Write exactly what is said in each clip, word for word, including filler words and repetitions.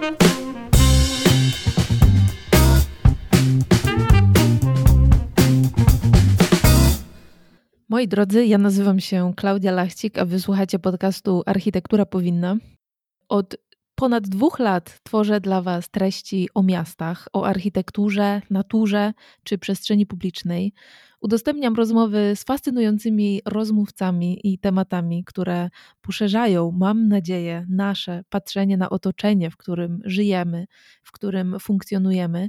Moi drodzy, ja nazywam się Klaudia Lachcik, a wysłuchacie podcastu Architektura Powinna. Od ponad dwóch lat tworzę dla Was treści o miastach, o architekturze, naturze czy przestrzeni publicznej. Udostępniam rozmowy z fascynującymi rozmówcami i tematami, które poszerzają, mam nadzieję, nasze patrzenie na otoczenie, w którym żyjemy, w którym funkcjonujemy.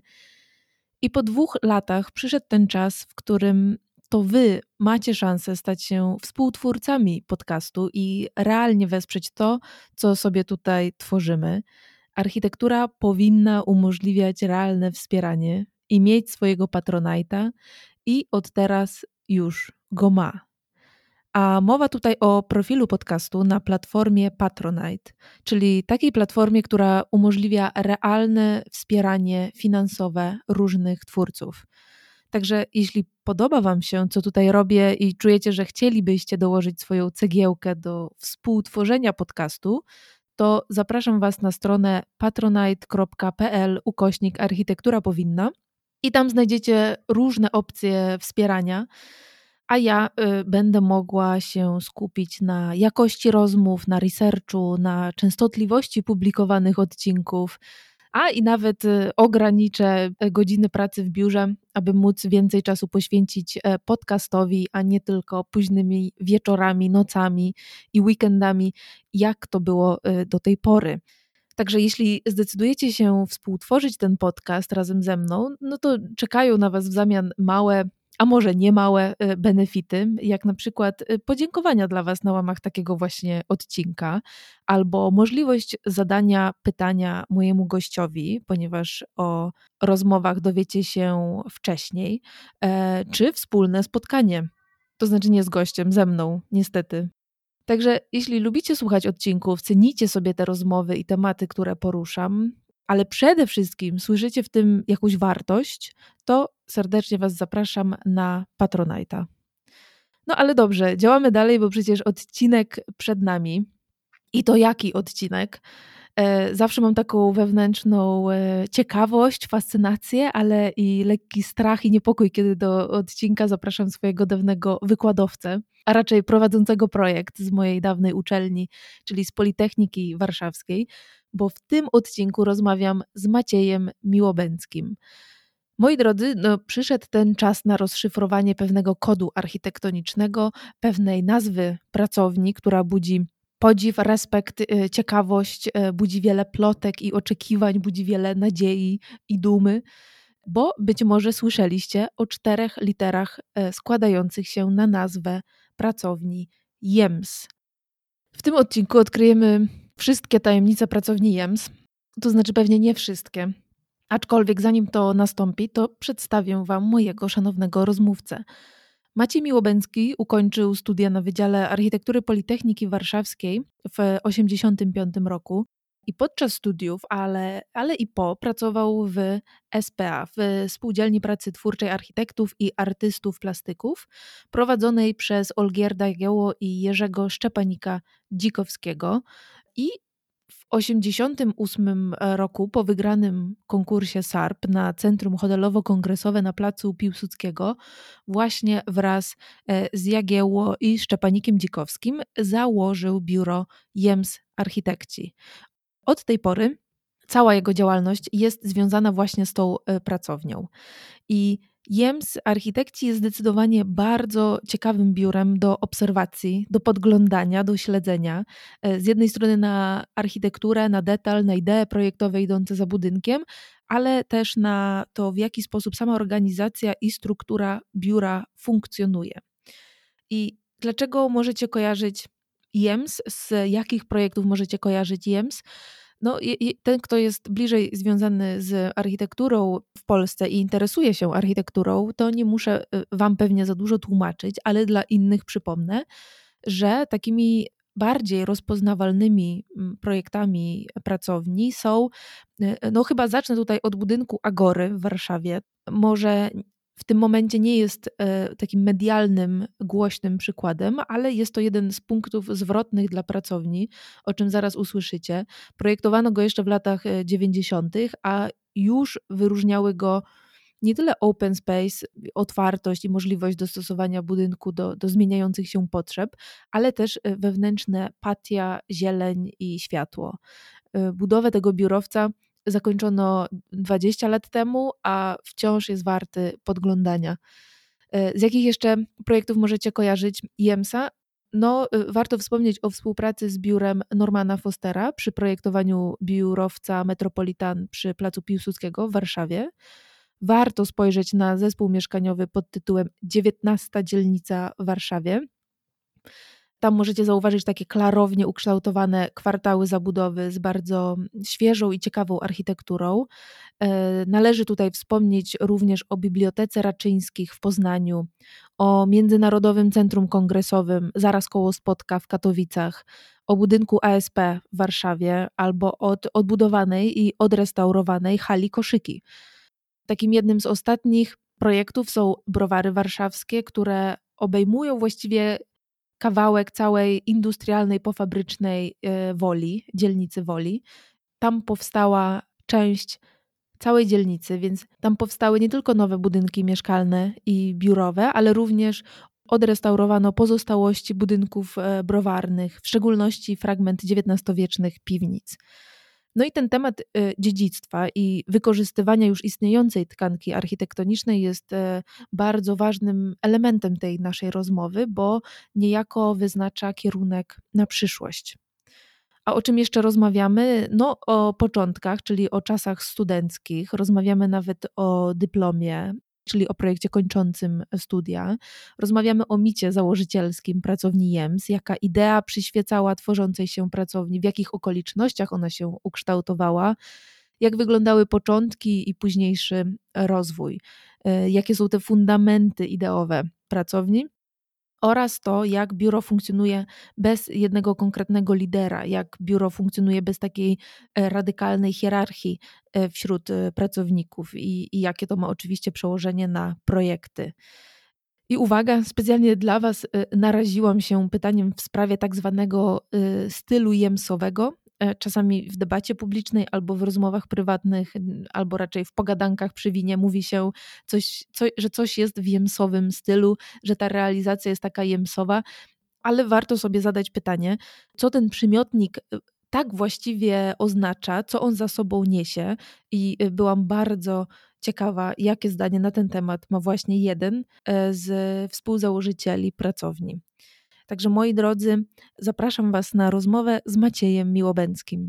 I po dwóch latach przyszedł ten czas, w którym to Wy macie szansę stać się współtwórcami podcastu i realnie wesprzeć to, co sobie tutaj tworzymy. Architektura powinna umożliwiać realne wspieranie i mieć swojego Patronite'a i od teraz już go ma. A mowa tutaj o profilu podcastu na platformie Patronite, czyli takiej platformie, która umożliwia realne wspieranie finansowe różnych twórców. Także jeśli podoba Wam się, co tutaj robię i czujecie, że chcielibyście dołożyć swoją cegiełkę do współtworzenia podcastu, to zapraszam Was na stronę patronite.pl ukośnik architektura powinna i tam znajdziecie różne opcje wspierania, a ja y, będę mogła się skupić na jakości rozmów, na researchu, na częstotliwości publikowanych odcinków, a i nawet y, ograniczę godziny pracy w biurze, aby móc więcej czasu poświęcić e, podcastowi, a nie tylko późnymi wieczorami, nocami i weekendami, jak to było y, do tej pory. Także jeśli zdecydujecie się współtworzyć ten podcast razem ze mną, no to czekają na Was w zamian małe, a może nie małe y, benefity, jak na przykład y, podziękowania dla Was na łamach takiego właśnie odcinka, albo możliwość zadania pytania mojemu gościowi, ponieważ o rozmowach dowiecie się wcześniej, e, czy wspólne spotkanie, to znaczy nie z gościem, ze mną, niestety. Także jeśli lubicie słuchać odcinków, cenicie sobie te rozmowy i tematy, które poruszam, ale przede wszystkim słyszycie w tym jakąś wartość, to serdecznie Was zapraszam na Patronite'a. No ale dobrze, działamy dalej, bo przecież odcinek przed nami. I to jaki odcinek? E, Zawsze mam taką wewnętrzną e, ciekawość, fascynację, ale i lekki strach i niepokój, kiedy do odcinka zapraszam swojego dawnego wykładowcę, a raczej prowadzącego projekt z mojej dawnej uczelni, czyli z Politechniki Warszawskiej, bo w tym odcinku rozmawiam z Maciejem Miłobędzkim. Moi drodzy, no przyszedł ten czas na rozszyfrowanie pewnego kodu architektonicznego, pewnej nazwy pracowni, która budzi podziw, respekt, y, ciekawość, y, budzi wiele plotek i oczekiwań, budzi wiele nadziei i dumy, bo być może słyszeliście o czterech literach y, składających się na nazwę pracowni J E M S. W tym odcinku odkryjemy wszystkie tajemnice pracowni J E M S, to znaczy pewnie nie wszystkie. Aczkolwiek zanim to nastąpi, to przedstawię Wam mojego szanownego rozmówcę. Maciej Miłobędzki ukończył studia na Wydziale Architektury Politechniki Warszawskiej w tysiąc dziewięćset osiemdziesiątym piątym roku i podczas studiów, ale, ale i po, pracował w S P A, w Spółdzielni Pracy Twórczej Architektów i Artystów Plastyków, prowadzonej przez Olgierda Jagiełło i Jerzego Szczepanika-Dzikowskiego. I w osiemdziesiątym ósmym roku po wygranym konkursie S A R P na Centrum Hotelowo-Kongresowe na placu Piłsudskiego właśnie wraz z Jagiełło i Szczepanikiem Dzikowskim założył biuro J E M S Architekci. Od tej pory cała jego działalność jest związana właśnie z tą pracownią. I J E M S Architekci jest zdecydowanie bardzo ciekawym biurem do obserwacji, do podglądania, do śledzenia. Z jednej strony na architekturę, na detal, na idee projektowe idące za budynkiem, ale też na to, w jaki sposób sama organizacja i struktura biura funkcjonuje. I dlaczego możecie kojarzyć J E M S? Z jakich projektów możecie kojarzyć J E M S? No, ten, kto jest bliżej związany z architekturą w Polsce i interesuje się architekturą, to nie muszę Wam pewnie za dużo tłumaczyć, ale dla innych przypomnę, że takimi bardziej rozpoznawalnymi projektami pracowni są, no chyba zacznę tutaj od budynku Agory w Warszawie. Może w tym momencie nie jest e, takim medialnym, głośnym przykładem, ale jest to jeden z punktów zwrotnych dla pracowni, o czym zaraz usłyszycie. Projektowano go jeszcze w latach e, dziewięćdziesiątych, a już wyróżniały go nie tyle open space, otwartość i możliwość dostosowania budynku do, do zmieniających się potrzeb, ale też e, wewnętrzne patia, zieleń i światło. E, Budowę tego biurowca zakończono dwadzieścia lat temu, a wciąż jest warty podglądania. E, Z jakich jeszcze projektów możecie kojarzyć IEMSA? No, e, warto wspomnieć o współpracy z biurem Normana Fostera przy projektowaniu biurowca Metropolitan przy Placu Piłsudskiego w Warszawie. Warto spojrzeć na zespół mieszkaniowy pod tytułem dziewiętnasta dzielnica w Warszawie. Tam możecie zauważyć takie klarownie ukształtowane kwartały zabudowy z bardzo świeżą i ciekawą architekturą. E, Należy tutaj wspomnieć również o Bibliotece Raczyńskich w Poznaniu, o Międzynarodowym Centrum Kongresowym zaraz koło Spodka w Katowicach, o budynku A S P w Warszawie albo od odbudowanej i odrestaurowanej hali Koszyki. Takim jednym z ostatnich projektów są browary warszawskie, które obejmują właściwie kawałek całej industrialnej, pofabrycznej e, Woli, dzielnicy Woli. Tam powstała część całej dzielnicy, więc tam powstały nie tylko nowe budynki mieszkalne i biurowe, ale również odrestaurowano pozostałości budynków e, browarnych, w szczególności fragment dziewiętnastowiecznych piwnic. No i ten temat e, dziedzictwa i wykorzystywania już istniejącej tkanki architektonicznej jest e, bardzo ważnym elementem tej naszej rozmowy, bo niejako wyznacza kierunek na przyszłość. A o czym jeszcze rozmawiamy? No o początkach, czyli o czasach studenckich. Rozmawiamy nawet o dyplomie, czyli o projekcie kończącym studia. Rozmawiamy o micie założycielskim pracowni IEMS, jaka idea przyświecała tworzącej się pracowni, w jakich okolicznościach ona się ukształtowała, jak wyglądały początki i późniejszy rozwój, e, jakie są te fundamenty ideowe pracowni oraz to, jak biuro funkcjonuje bez jednego konkretnego lidera, jak biuro funkcjonuje bez takiej e, radykalnej hierarchii e, wśród e, pracowników i, i jakie to ma oczywiście przełożenie na projekty. I uwaga, specjalnie dla Was e, naraziłam się pytaniem w sprawie tak zwanego e, stylu jemsowego. E, Czasami w debacie publicznej albo w rozmowach prywatnych, n- albo raczej w pogadankach przy winie mówi się, coś, co, że coś jest w jemsowym stylu, że ta realizacja jest taka jemsowa, ale warto sobie zadać pytanie, co ten przymiotnik y, tak właściwie oznacza, co on za sobą niesie. I y, byłam bardzo ciekawa, jakie zdanie na ten temat ma właśnie jeden e, z współzałożycieli pracowni. Także moi drodzy, zapraszam Was na rozmowę z Maciejem Miłobęckim.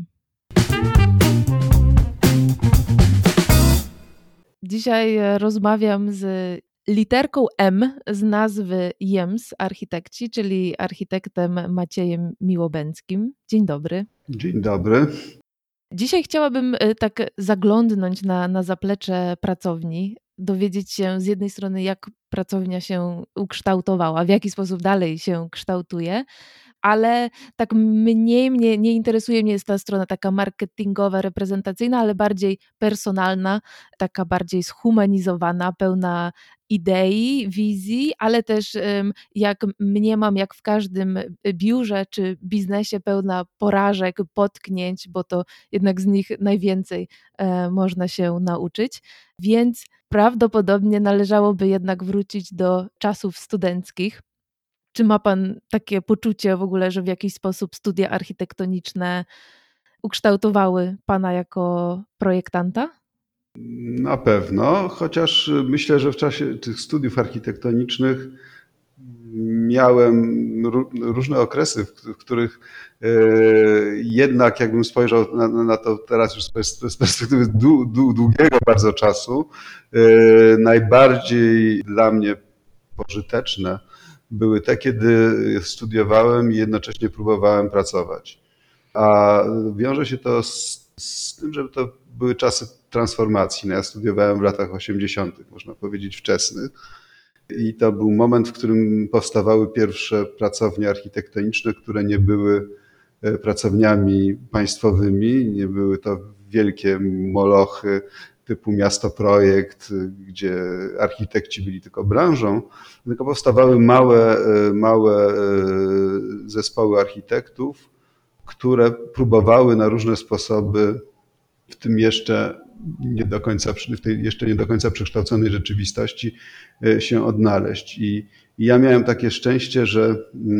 Dzisiaj e, rozmawiam z literką M z nazwy IEMS Architekci, czyli architektem Maciejem Miłobęckim. Dzień dobry. Dzień dobry. Dzisiaj chciałabym e, tak zaglądnąć na, na zaplecze pracowni, dowiedzieć się z jednej strony, jak pracownia się ukształtowała, w jaki sposób dalej się kształtuje, ale tak mniej mnie nie interesuje mnie jest ta strona taka marketingowa, reprezentacyjna, ale bardziej personalna, taka bardziej zhumanizowana, pełna idei, wizji, ale też em, jak mniemam, jak w każdym biurze czy biznesie pełna porażek, potknięć, bo to jednak z nich najwięcej e, można się nauczyć. Więc prawdopodobnie należałoby jednak wrócić do czasów studenckich. Czy ma Pan takie poczucie w ogóle, że w jakiś sposób studia architektoniczne ukształtowały Pana jako projektanta? Na pewno, chociaż myślę, że w czasie tych studiów architektonicznych miałem ró- różne okresy, w w których e, jednak jakbym spojrzał na, na to teraz już z pers- z perspektywy dłu- dłu- długiego bardzo czasu, e, najbardziej dla mnie pożyteczne były te, kiedy studiowałem i jednocześnie próbowałem pracować. A wiąże się to z, z tym, że to były czasy transformacji. No ja studiowałem w latach osiemdziesiątych, można powiedzieć wczesnych. I to był moment, w którym powstawały pierwsze pracownie architektoniczne, które nie były pracowniami państwowymi, nie były to wielkie molochy typu miasto projekt, gdzie architekci byli tylko branżą, tylko powstawały małe, małe zespoły architektów, które próbowały na różne sposoby w tym jeszcze nie do końca, w tej jeszcze nie do końca przekształconej rzeczywistości się odnaleźć. I, i ja miałem takie szczęście, że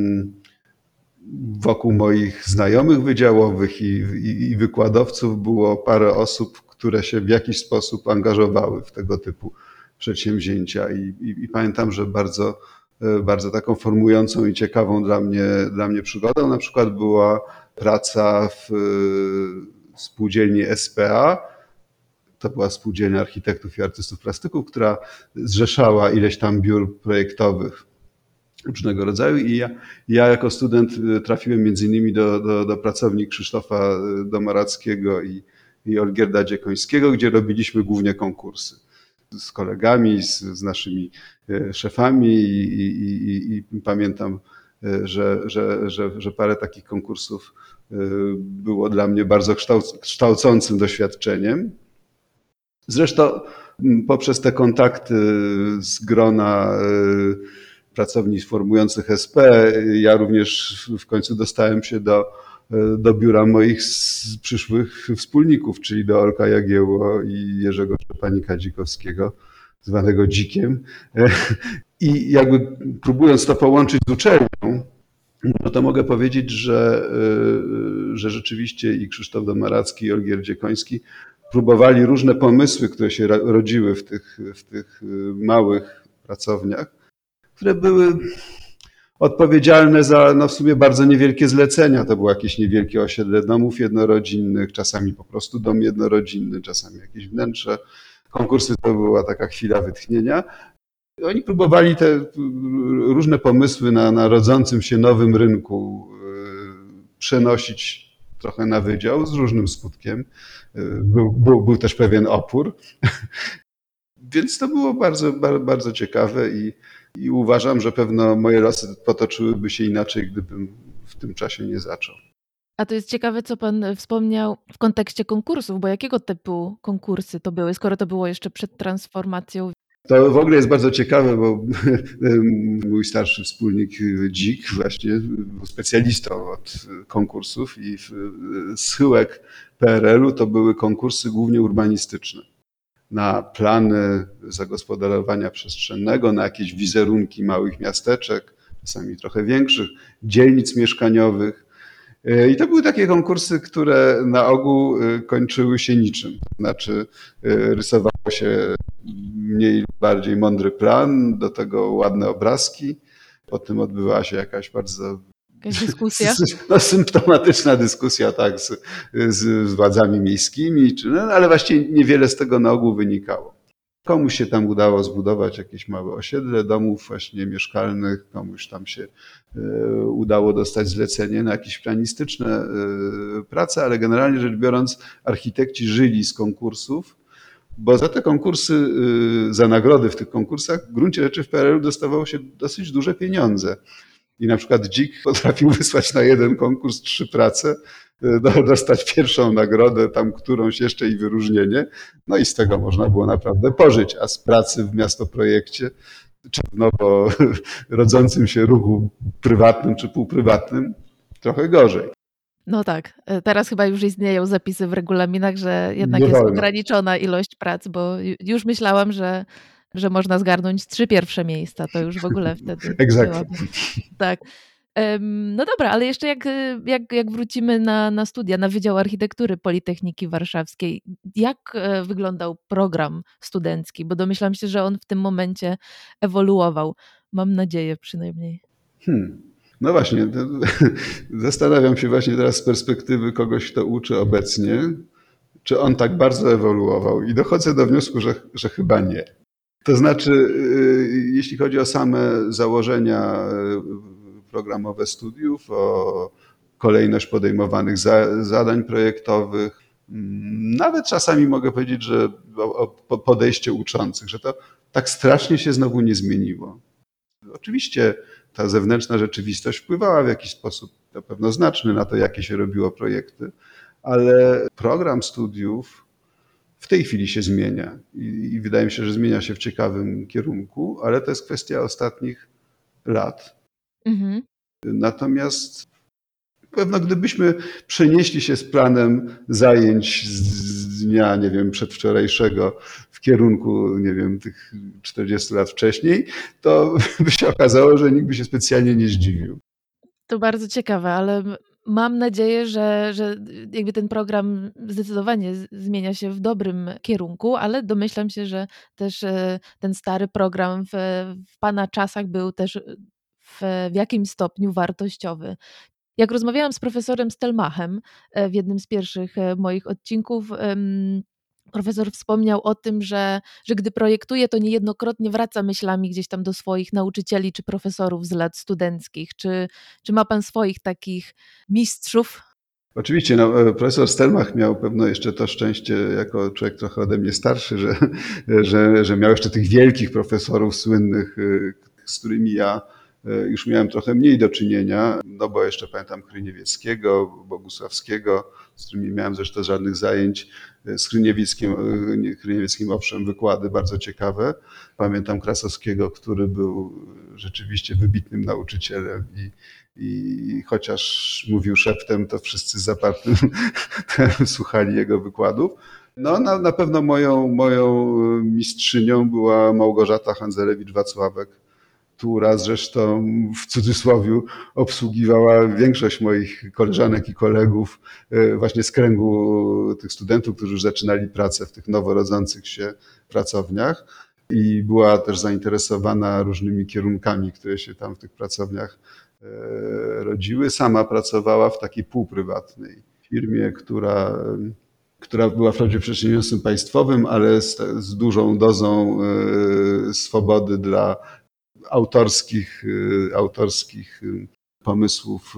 wokół moich znajomych wydziałowych i, i, i wykładowców było parę osób, które się w jakiś sposób angażowały w tego typu przedsięwzięcia. I, i, i pamiętam, że bardzo, bardzo taką formującą i ciekawą dla mnie, dla mnie przygodą na przykład była praca w spółdzielni S P A. To była spółdzielnia architektów i artystów plastyków, która zrzeszała ileś tam biur projektowych różnego rodzaju i ja, ja jako student trafiłem między innymi do, do, do pracowni Krzysztofa Domarackiego i, i Olgierda Dziekońskiego, gdzie robiliśmy głównie konkursy z kolegami, z, z naszymi szefami i, i, i, i pamiętam, że, że, że, że parę takich konkursów było dla mnie bardzo kształcącym doświadczeniem. Zresztą poprzez te kontakty z grona pracowni formujących S P, ja również w końcu dostałem się do, do biura moich przyszłych wspólników, czyli do Olka Jagiełło i Jerzego Szczepanika-Dzikowskiego, zwanego Dzikiem. I jakby próbując to połączyć z uczelnią, no to mogę powiedzieć, że, że rzeczywiście i Krzysztof Domaracki, i Olgierd Dziekoński próbowali różne pomysły, które się rodziły w tych, w tych małych pracowniach, które były odpowiedzialne za no w sumie bardzo niewielkie zlecenia. To było jakieś niewielkie osiedle domów jednorodzinnych, czasami po prostu dom jednorodzinny, czasami jakieś wnętrze. Konkursy to była taka chwila wytchnienia. Oni próbowali te różne pomysły na, na rodzącym się nowym rynku przenosić trochę na wydział z różnym skutkiem. Był, był, był też pewien opór. Więc to było bardzo, bardzo, bardzo ciekawe i, i uważam, że pewno moje losy potoczyłyby się inaczej, gdybym w tym czasie nie zaczął. A to jest ciekawe, co pan wspomniał w kontekście konkursów, bo jakiego typu konkursy to były, skoro to było jeszcze przed transformacją? To w ogóle jest bardzo ciekawe, bo mój starszy wspólnik Dzik właśnie był specjalistą od konkursów i schyłek P R L u to były konkursy głównie urbanistyczne. Na plany zagospodarowania przestrzennego, na jakieś wizerunki małych miasteczek, czasami trochę większych, dzielnic mieszkaniowych. I to były takie konkursy, które na ogół kończyły się niczym. To znaczy rysowało się mniej lub bardziej mądry plan, do tego ładne obrazki. Potem odbywała się jakaś bardzo Jakaś dyskusja? No, symptomatyczna dyskusja, tak, z, z, z władzami miejskimi, czy, no, ale właściwie niewiele z tego na ogół wynikało. Komuś się tam udało zbudować jakieś małe osiedle domów właśnie mieszkalnych, komuś tam się y, udało dostać zlecenie na jakieś planistyczne y, prace, ale generalnie rzecz biorąc architekci żyli z konkursów, bo za te konkursy, y, za nagrody w tych konkursach w gruncie rzeczy w P R L u dostawało się dosyć duże pieniądze. I na przykład Dzik potrafił wysłać na jeden konkurs trzy prace, dostać pierwszą nagrodę, tam którąś jeszcze i wyróżnienie. No i z tego można było naprawdę pożyć, a z pracy w miastoprojekcie, czy w nowo rodzącym się ruchu prywatnym czy półprywatnym, trochę gorzej. No tak, teraz chyba już istnieją zapisy w regulaminach, że jednak Nie jest wolno. ograniczona ilość prac, bo już myślałam, że, że można zgarnąć trzy pierwsze miejsca, to już w ogóle wtedy Exactly. byłaby. Tak. No dobra, ale jeszcze jak, jak, jak wrócimy na, na studia, na Wydział Architektury Politechniki Warszawskiej, jak wyglądał program studencki? Bo domyślam się, że on w tym momencie ewoluował. Mam nadzieję przynajmniej. Hmm. No właśnie, zastanawiam się właśnie teraz z perspektywy kogoś, kto uczy obecnie, czy on tak bardzo ewoluował i dochodzę do wniosku, że, że chyba nie. To znaczy, jeśli chodzi o same założenia programowe studiów, o kolejność podejmowanych za, zadań projektowych, nawet czasami mogę powiedzieć, że o, o podejście uczących, że to tak strasznie się znowu nie zmieniło. Oczywiście ta zewnętrzna rzeczywistość wpływała w jakiś sposób na pewno znaczny na to, jakie się robiło projekty, ale program studiów w w tej chwili się zmienia i, i wydaje mi się, że zmienia się w ciekawym kierunku, ale to jest kwestia ostatnich lat. Mhm. Natomiast pewno gdybyśmy przenieśli się z planem zajęć z dnia, nie wiem, przedwczorajszego w kierunku, nie wiem, tych czterdziestu lat wcześniej, to by się okazało, że nikt by się specjalnie nie zdziwił. To bardzo ciekawe, ale mam nadzieję, że, że jakby ten program zdecydowanie zmienia się w dobrym kierunku, ale domyślam się, że też ten stary program w, w pana czasach był też w, w jakimś stopniu wartościowy. Jak rozmawiałam z profesorem Stelmachem w jednym z pierwszych moich odcinków, profesor wspomniał o tym, że, że gdy projektuje, to niejednokrotnie wraca myślami gdzieś tam do swoich nauczycieli czy profesorów z lat studenckich. Czy, czy ma pan swoich takich mistrzów? Oczywiście, no, profesor Stelmach miał pewno jeszcze to szczęście, jako człowiek trochę ode mnie starszy, że, że, że miał jeszcze tych wielkich profesorów słynnych, z którymi ja już miałem trochę mniej do czynienia, no bo jeszcze pamiętam Hryniewieckiego, Bogusławskiego, z którymi miałem zresztą żadnych zajęć. Z Hryniewieckim, Hryniewieckim owszem, wykłady bardzo ciekawe. Pamiętam Krasowskiego, który był rzeczywiście wybitnym nauczycielem i, i chociaż mówił szeptem, to wszyscy z zapartym słuchali jego wykładów. No na, na pewno moją, moją mistrzynią była Małgorzata Handzelewicz-Wacławek, która zresztą w cudzysłowiu obsługiwała większość moich koleżanek i kolegów właśnie z kręgu tych studentów, którzy już zaczynali pracę w tych nowo rodzących się pracowniach i była też zainteresowana różnymi kierunkami, które się tam w tych pracowniach rodziły. Sama pracowała w takiej półprywatnej firmie, która, która była wprawdzie przedsiębiorstwem państwowym, ale z, z dużą dozą swobody dla autorskich, autorskich pomysłów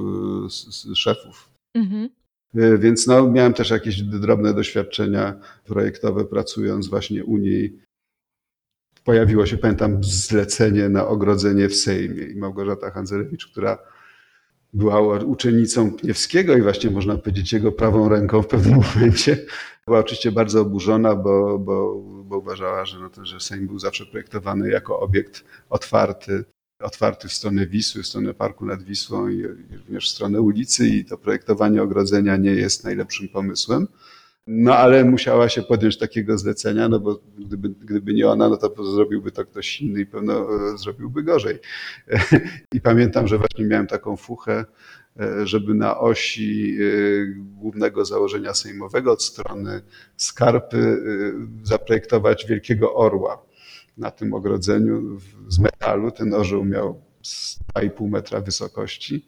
szefów. Mhm. Więc no, miałem też jakieś drobne doświadczenia projektowe, pracując właśnie u niej. Pojawiło się, pamiętam, zlecenie na ogrodzenie w Sejmie i Małgorzata Handzelewicz, która była uczennicą Pniewskiego i właśnie można powiedzieć jego prawą ręką w pewnym momencie. Była oczywiście bardzo oburzona, bo, bo, bo uważała, że, no to, że Sejm był zawsze projektowany jako obiekt otwarty, otwarty w stronę Wisły, w stronę Parku nad Wisłą i również w stronę ulicy i to projektowanie ogrodzenia nie jest najlepszym pomysłem. No ale musiała się podjąć takiego zlecenia, no bo gdyby, gdyby nie ona, no to zrobiłby to ktoś inny i pewno zrobiłby gorzej. I pamiętam, że właśnie miałem taką fuchę, żeby na osi głównego założenia sejmowego od strony Skarpy zaprojektować wielkiego orła na tym ogrodzeniu z metalu. Ten orzeł miał dwa i pół metra wysokości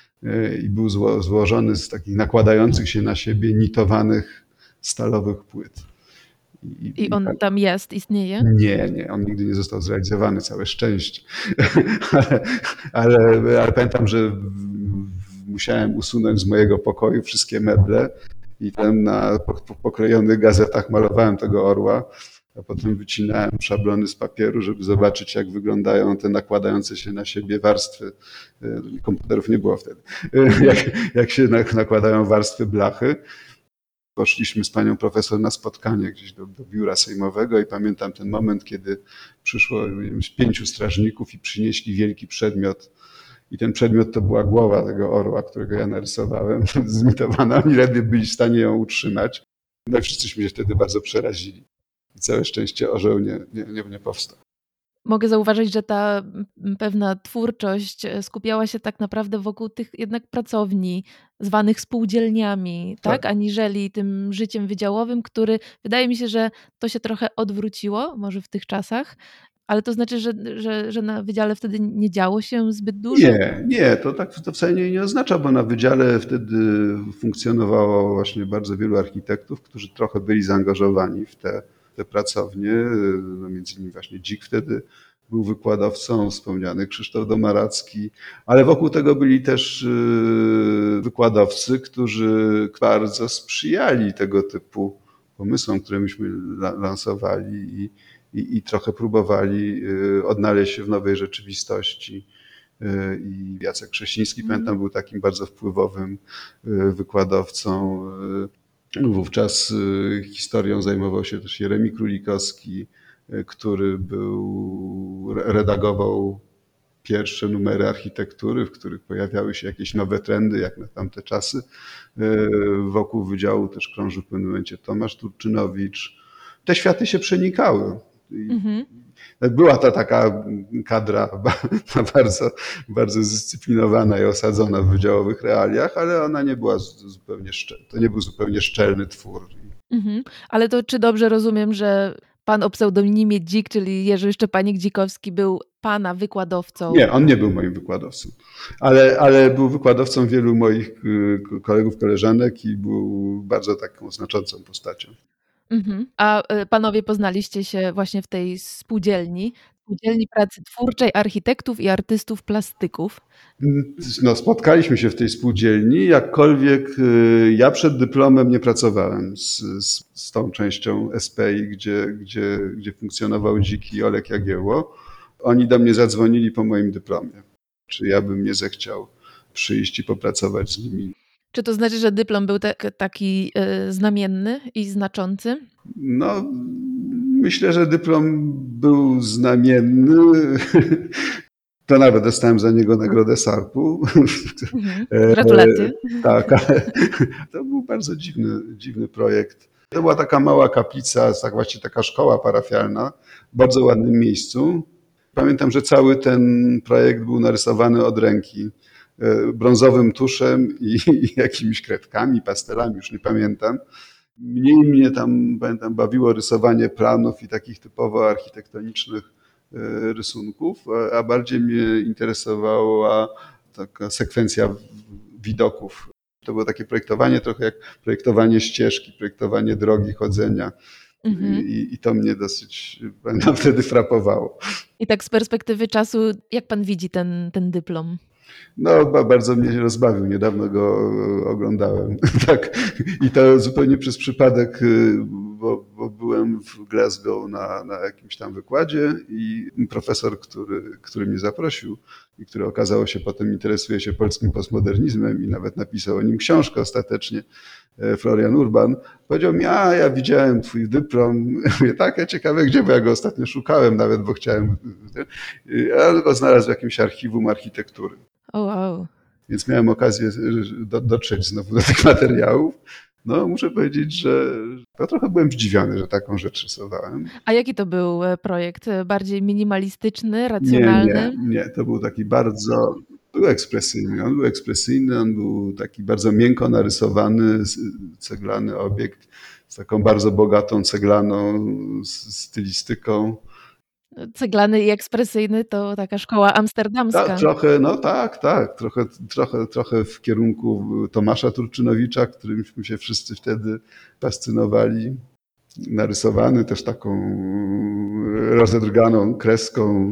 i był złożony z takich nakładających się na siebie nitowanych stalowych płyt. I, I on i, tam jest, istnieje? Nie, nie, on nigdy nie został zrealizowany, całe szczęście. ale, ale, ale pamiętam, że musiałem usunąć z mojego pokoju wszystkie meble i tam na pokrojonych gazetach malowałem tego orła, a potem wycinałem szablony z papieru, żeby zobaczyć, jak wyglądają te nakładające się na siebie warstwy. Komputerów nie było wtedy. Jak, jak się nakładają warstwy blachy. Poszliśmy z panią profesor na spotkanie gdzieś do, do biura sejmowego i pamiętam ten moment, kiedy przyszło nie wiem, pięciu strażników i przynieśli wielki przedmiot. I ten przedmiot to była głowa tego orła, którego ja narysowałem, zmitowana. Oni ledwie byli w stanie ją utrzymać. No i wszyscyśmy się wtedy bardzo przerazili. I całe szczęście orzeł nie, nie, nie, nie powstał. Mogę zauważyć, że ta pewna twórczość skupiała się tak naprawdę wokół tych jednak pracowni, zwanych spółdzielniami, tak? tak? Aniżeli tym życiem wydziałowym, który wydaje mi się, że to się trochę odwróciło, może w tych czasach, ale to znaczy, że, że, że na wydziale wtedy nie działo się zbyt dużo? Nie, nie, to tak to wcale nie, nie oznacza, bo na wydziale wtedy funkcjonowało właśnie bardzo wielu architektów, którzy trochę byli zaangażowani w te te pracownie, no między innymi właśnie Dzik wtedy był wykładowcą, wspomniany Krzysztof Domaracki, ale wokół tego byli też wykładowcy, którzy bardzo sprzyjali tego typu pomysłom, które myśmy lansowali i, i, i trochę próbowali odnaleźć się w nowej rzeczywistości. I Jacek Krzesiński, mm. pamiętam, był takim bardzo wpływowym wykładowcą. Wówczas historią zajmował się też Jeremi Królikowski, który był, redagował pierwsze numery architektury, w których pojawiały się jakieś nowe trendy, jak na tamte czasy. Wokół wydziału też krążył w pewnym momencie Tomasz Turczynowicz. Te światy się przenikały. Mhm. Była to taka kadra bardzo, bardzo zdyscyplinowana i osadzona w wydziałowych realiach, ale ona nie była zupełnie szczelna. To nie był zupełnie szczelny twór. Mhm. Ale to czy dobrze rozumiem, że pan o pseudonimie Dzik, czyli Jerzy Szczepanik-Dzikowski, był pana wykładowcą? Nie, on nie był moim wykładowcą, ale, ale był wykładowcą wielu moich kolegów, koleżanek i był bardzo taką znaczącą postacią. Mhm. A panowie poznaliście się właśnie w tej spółdzielni, Spółdzielni Pracy Twórczej Architektów i Artystów Plastyków. No, spotkaliśmy się w tej spółdzielni, jakkolwiek ja przed dyplomem nie pracowałem z, z, z tą częścią S P I, gdzie, gdzie, gdzie funkcjonował Dzik i Olek Jagiełło. Oni do mnie zadzwonili po moim dyplomie, czy ja bym nie zechciał przyjść i popracować z nimi. Czy to znaczy, że dyplom był te, taki y, znamienny i znaczący? No, myślę, że dyplom był znamienny. To nawet dostałem za niego nagrodę SARP-u. Mhm. Gratulacje. Tak, ale to był bardzo dziwny, dziwny projekt. To była taka mała kaplica, tak właściwie taka szkoła parafialna, w bardzo ładnym miejscu. Pamiętam, że cały ten projekt był narysowany od ręki, brązowym tuszem i, i jakimiś kredkami, pastelami, już nie pamiętam. Mniej mnie tam, pamiętam, bawiło rysowanie planów i takich typowo architektonicznych rysunków, a bardziej mnie interesowała taka sekwencja widoków. To było takie projektowanie trochę jak projektowanie ścieżki, projektowanie drogi chodzenia. Mhm. I, I to mnie dosyć pamiętam, wtedy frapowało. I tak z perspektywy czasu, jak pan widzi ten, ten dyplom? No, bardzo mnie rozbawił. Niedawno go oglądałem. Tak. I to zupełnie przez przypadek, bo, bo byłem w Glasgow na, na jakimś tam wykładzie i profesor, który, który mnie zaprosił i który okazało się potem interesuje się polskim postmodernizmem i nawet napisał o nim książkę ostatecznie, Florian Urban, powiedział mi, a ja widziałem twój dyplom. Mówię, tak, ja ciekawe gdzie, bo ja go ostatnio szukałem nawet, bo chciałem. Ja go znalazł w jakimś archiwum architektury. Oh, wow. Więc miałem okazję do, dotrzeć znowu do tych materiałów. No, muszę powiedzieć, że ja trochę byłem zdziwiony, że taką rzecz rysowałem. A jaki to był projekt? Bardziej minimalistyczny, racjonalny? Nie, nie, nie. To był taki bardzo... Był ekspresyjny. On był ekspresyjny, on był taki bardzo miękko narysowany, ceglany obiekt z taką bardzo bogatą ceglaną stylistyką. Ceglany i ekspresyjny to taka szkoła amsterdamska. Tak, trochę, no tak, tak, trochę, trochę, trochę w kierunku Tomasza Turczynowicza, którymśmy się wszyscy wtedy fascynowali. Narysowany też taką rozedrganą kreską.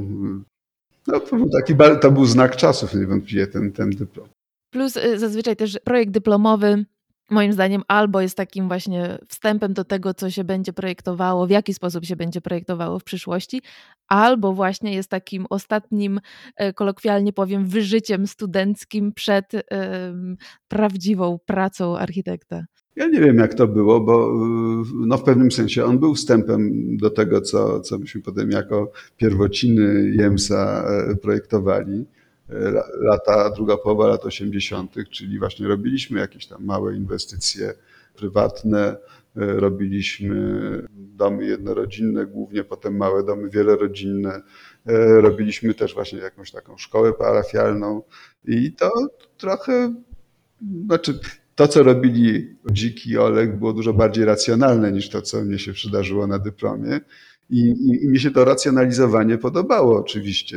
No to był taki, to był znak czasów niewątpliwie ten, ten dyplom. Plus zazwyczaj też projekt dyplomowy moim zdaniem albo jest takim właśnie wstępem do tego, co się będzie projektowało, w jaki sposób się będzie projektowało w przyszłości, albo właśnie jest takim ostatnim, kolokwialnie powiem, wyżyciem studenckim przed um, prawdziwą pracą architekta. Ja nie wiem, jak to było, bo no w pewnym sensie on był wstępem do tego, co, co myśmy potem jako pierwociny Jemsa projektowali. Lata, druga połowa lat osiemdziesiątych, czyli właśnie robiliśmy jakieś tam małe inwestycje prywatne, robiliśmy domy jednorodzinne, głównie potem małe domy wielorodzinne, robiliśmy też właśnie jakąś taką szkołę parafialną i to trochę, znaczy to, co robili Dzik i Olek, było dużo bardziej racjonalne niż to, co mnie się przydarzyło na dyplomie i, i, i mi się to racjonalizowanie podobało oczywiście.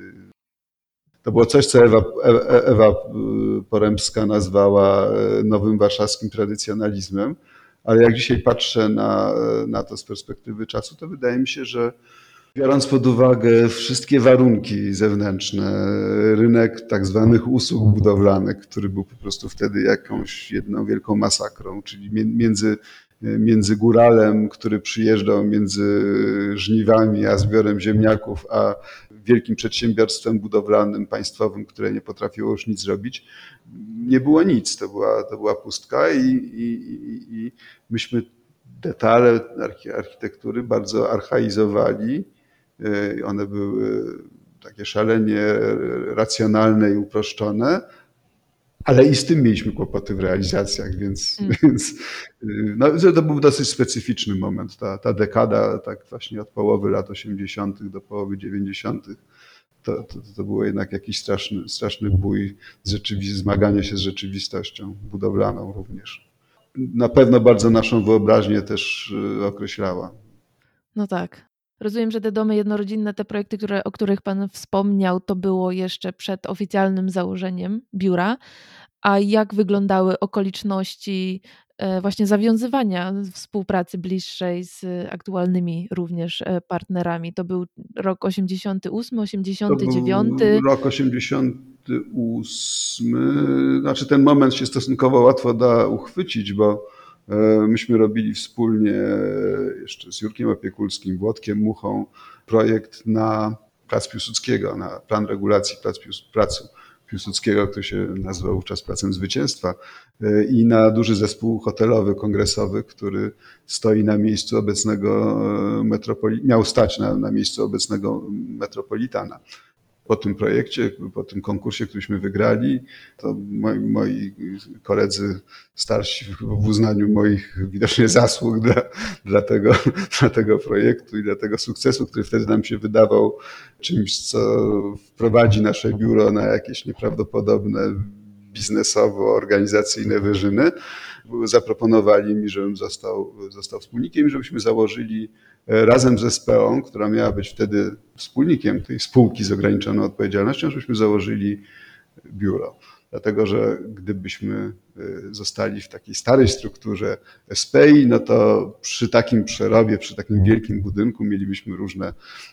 To było coś, co Ewa, Ewa Porębska nazwała nowym warszawskim tradycjonalizmem, ale jak dzisiaj patrzę na, na to z perspektywy czasu, to wydaje mi się, że biorąc pod uwagę wszystkie warunki zewnętrzne, rynek tak zwanych usług budowlanych, który był po prostu wtedy jakąś jedną wielką masakrą, czyli między między góralem, który przyjeżdżał między żniwami a zbiorem ziemniaków, a wielkim przedsiębiorstwem budowlanym, państwowym, które nie potrafiło już nic zrobić, nie było nic. To była, to była pustka i, i, i myśmy detale architektury bardzo archaizowali. One były takie szalenie racjonalne i uproszczone, ale i z tym mieliśmy kłopoty w realizacjach, więc, mm. więc no, to był dosyć specyficzny moment. Ta, ta dekada, tak właśnie od połowy lat osiemdziesiątych do połowy dziewięćdziesiątych, to, to, to było jednak jakiś straszny, straszny bój, zmagania się z rzeczywistością budowlaną również. Na pewno bardzo naszą wyobraźnię też określała. No tak. Rozumiem, że te domy jednorodzinne, te projekty, które, o których Pan wspomniał, to było jeszcze przed oficjalnym założeniem biura. A jak wyglądały okoliczności właśnie zawiązywania współpracy bliższej z aktualnymi również partnerami? To był rok osiemdziesiąty ósmy, osiemdziesiąty dziewiąty? To był rok osiemdziesiąty ósmy. Znaczy ten moment się stosunkowo łatwo da uchwycić, bo myśmy robili wspólnie jeszcze z Jurkiem Opiekulskim, Włodkiem Muchą projekt na plac Piłsudskiego, na plan regulacji plac, placu Piłsudskiego, który się nazywał wówczas Placem Zwycięstwa, i na duży zespół hotelowy, kongresowy, który stoi na miejscu obecnego metropolitana, miał stać na, na miejscu obecnego metropolitana. Po tym projekcie, po tym konkursie, któryśmy wygrali, to moi, moi koledzy starsi w uznaniu moich widocznie zasług dla, dla, tego, dla tego projektu i dla tego sukcesu, który wtedy nam się wydawał czymś, co wprowadzi nasze biuro na jakieś nieprawdopodobne biznesowo-organizacyjne wyżyny, zaproponowali mi, żebym został, został wspólnikiem i żebyśmy założyli razem z S P O, która miała być wtedy wspólnikiem tej spółki z ograniczoną odpowiedzialnością, żebyśmy założyli biuro. Dlatego, że gdybyśmy zostali w takiej starej strukturze S P I, no to przy takim przerobie, przy takim wielkim budynku mielibyśmy różne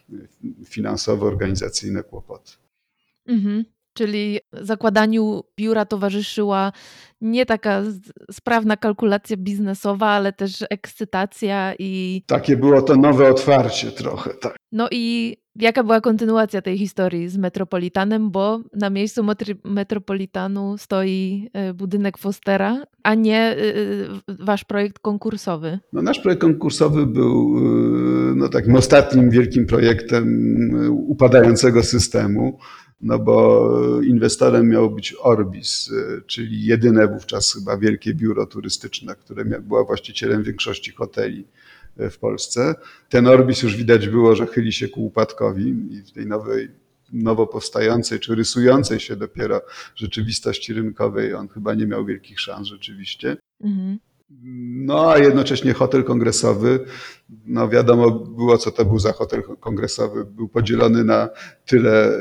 finansowo-organizacyjne kłopoty. Mhm. Czyli zakładaniu biura towarzyszyła nie taka sprawna kalkulacja biznesowa, ale też ekscytacja i... Takie było to nowe otwarcie trochę, tak. No i jaka była kontynuacja tej historii z Metropolitanem, bo na miejscu metry- Metropolitanu stoi budynek Fostera, a nie wasz projekt konkursowy. No, nasz projekt konkursowy był no, takim ostatnim wielkim projektem upadającego systemu. No bo inwestorem miało być Orbis, czyli jedyne wówczas chyba wielkie biuro turystyczne, które było właścicielem większości hoteli w Polsce. Ten Orbis już widać było, że chyli się ku upadkowi i w tej nowej, nowo powstającej czy rysującej się dopiero rzeczywistości rynkowej on chyba nie miał wielkich szans rzeczywiście. Mhm. No a jednocześnie hotel kongresowy, no wiadomo było, co to był za hotel kongresowy. Był podzielony na tyle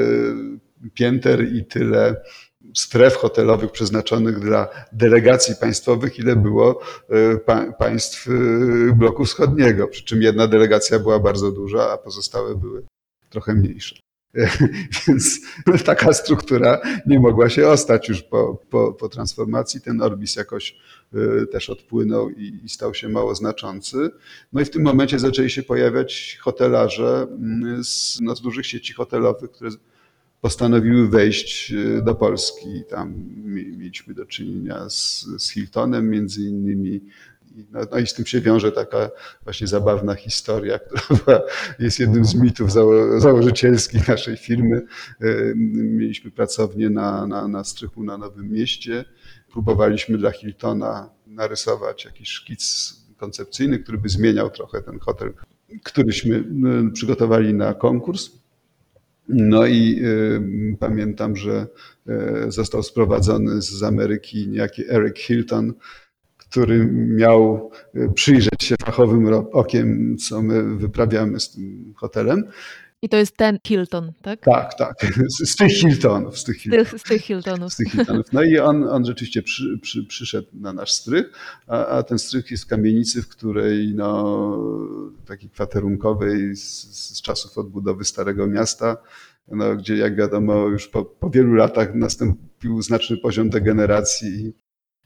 pięter i tyle stref hotelowych przeznaczonych dla delegacji państwowych, ile było pa- państw bloku wschodniego. Przy czym jedna delegacja była bardzo duża, a pozostałe były trochę mniejsze. Więc taka struktura nie mogła się ostać już po, po, po transformacji. Ten Orbis jakoś też odpłynął i, i stał się mało znaczący. No i w tym momencie zaczęli się pojawiać hotelarze z, no, z dużych sieci hotelowych, które postanowiły wejść do Polski. Tam mieliśmy do czynienia z, z Hiltonem między innymi. No, no i z tym się wiąże taka właśnie zabawna historia, która była, jest jednym z mitów zało, założycielskich naszej firmy. Mieliśmy pracownię na, na, na strychu na Nowym Mieście. Próbowaliśmy dla Hiltona narysować jakiś szkic koncepcyjny, który by zmieniał trochę ten hotel, któryśmy przygotowali na konkurs. No i y, pamiętam, że y, został sprowadzony z Ameryki niejaki Eric Hilton, który miał przyjrzeć się fachowym okiem, co my wyprawiamy z tym hotelem. I to jest ten Hilton, tak? Tak, tak. Z, z tych Hiltonów. Z tych, Hiltonów. Z tych, z tych Hiltonów. Z tych Hiltonów. No i on, on rzeczywiście przy, przy, przyszedł na nasz strych, a, a ten strych jest w kamienicy, w której no, takiej kwaterunkowej z, z czasów odbudowy Starego Miasta, no, gdzie jak wiadomo już po, po wielu latach nastąpił znaczny poziom degeneracji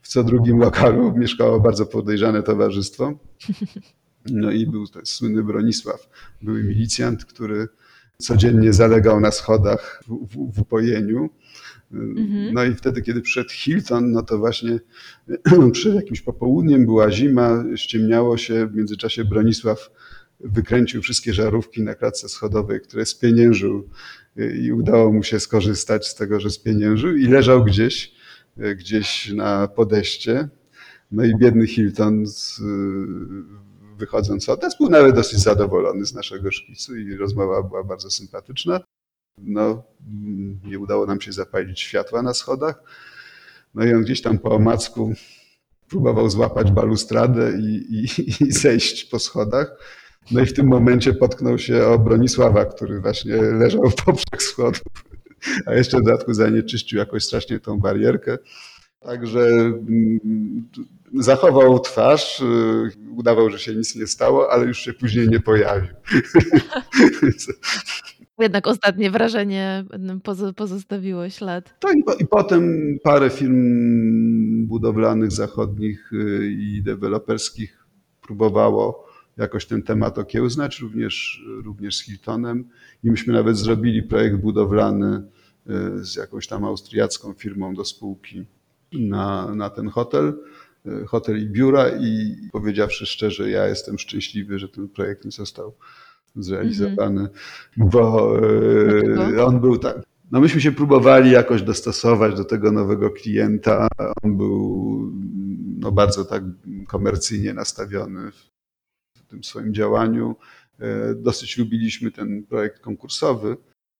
W co drugim lokalu mieszkało bardzo podejrzane towarzystwo. No i był to słynny Bronisław, były milicjant, który codziennie zalegał na schodach w, w, w upojeniu. No i wtedy, kiedy przyszedł Hilton, no to właśnie przed jakimś popołudniem była zima, ściemniało się, w międzyczasie Bronisław wykręcił wszystkie żarówki na klatce schodowej, które spieniężył i udało mu się skorzystać z tego, że spieniężył i leżał gdzieś, gdzieś na podejście. No i biedny Hilton z, wychodząc od nas był nawet dosyć zadowolony z naszego szkicu i rozmowa była bardzo sympatyczna. No, nie udało nam się zapalić światła na schodach. No i on gdzieś tam po omacku próbował złapać balustradę i, i, i zejść po schodach. No i w tym momencie potknął się o Bronisława, który właśnie leżał w poprzek schodów, a jeszcze w dodatku zanieczyścił jakoś strasznie tą barierkę. Także zachował twarz, udawał, że się nic nie stało, ale już się później nie pojawił. Jednak ostatnie wrażenie pozostawiło ślad. Tak, i potem parę firm budowlanych zachodnich i deweloperskich próbowało jakoś ten temat okiełznać, również, również z Hiltonem. I myśmy nawet zrobili projekt budowlany z jakąś tam austriacką firmą do spółki na, na ten hotel, hotel i biura i powiedziawszy szczerze, ja jestem szczęśliwy, że ten projekt nie został zrealizowany, mm-hmm. bo Dlaczego? On był tak. No myśmy się próbowali jakoś dostosować do tego nowego klienta. On był no, bardzo tak komercyjnie nastawiony w tym swoim działaniu. Dosyć lubiliśmy ten projekt konkursowy.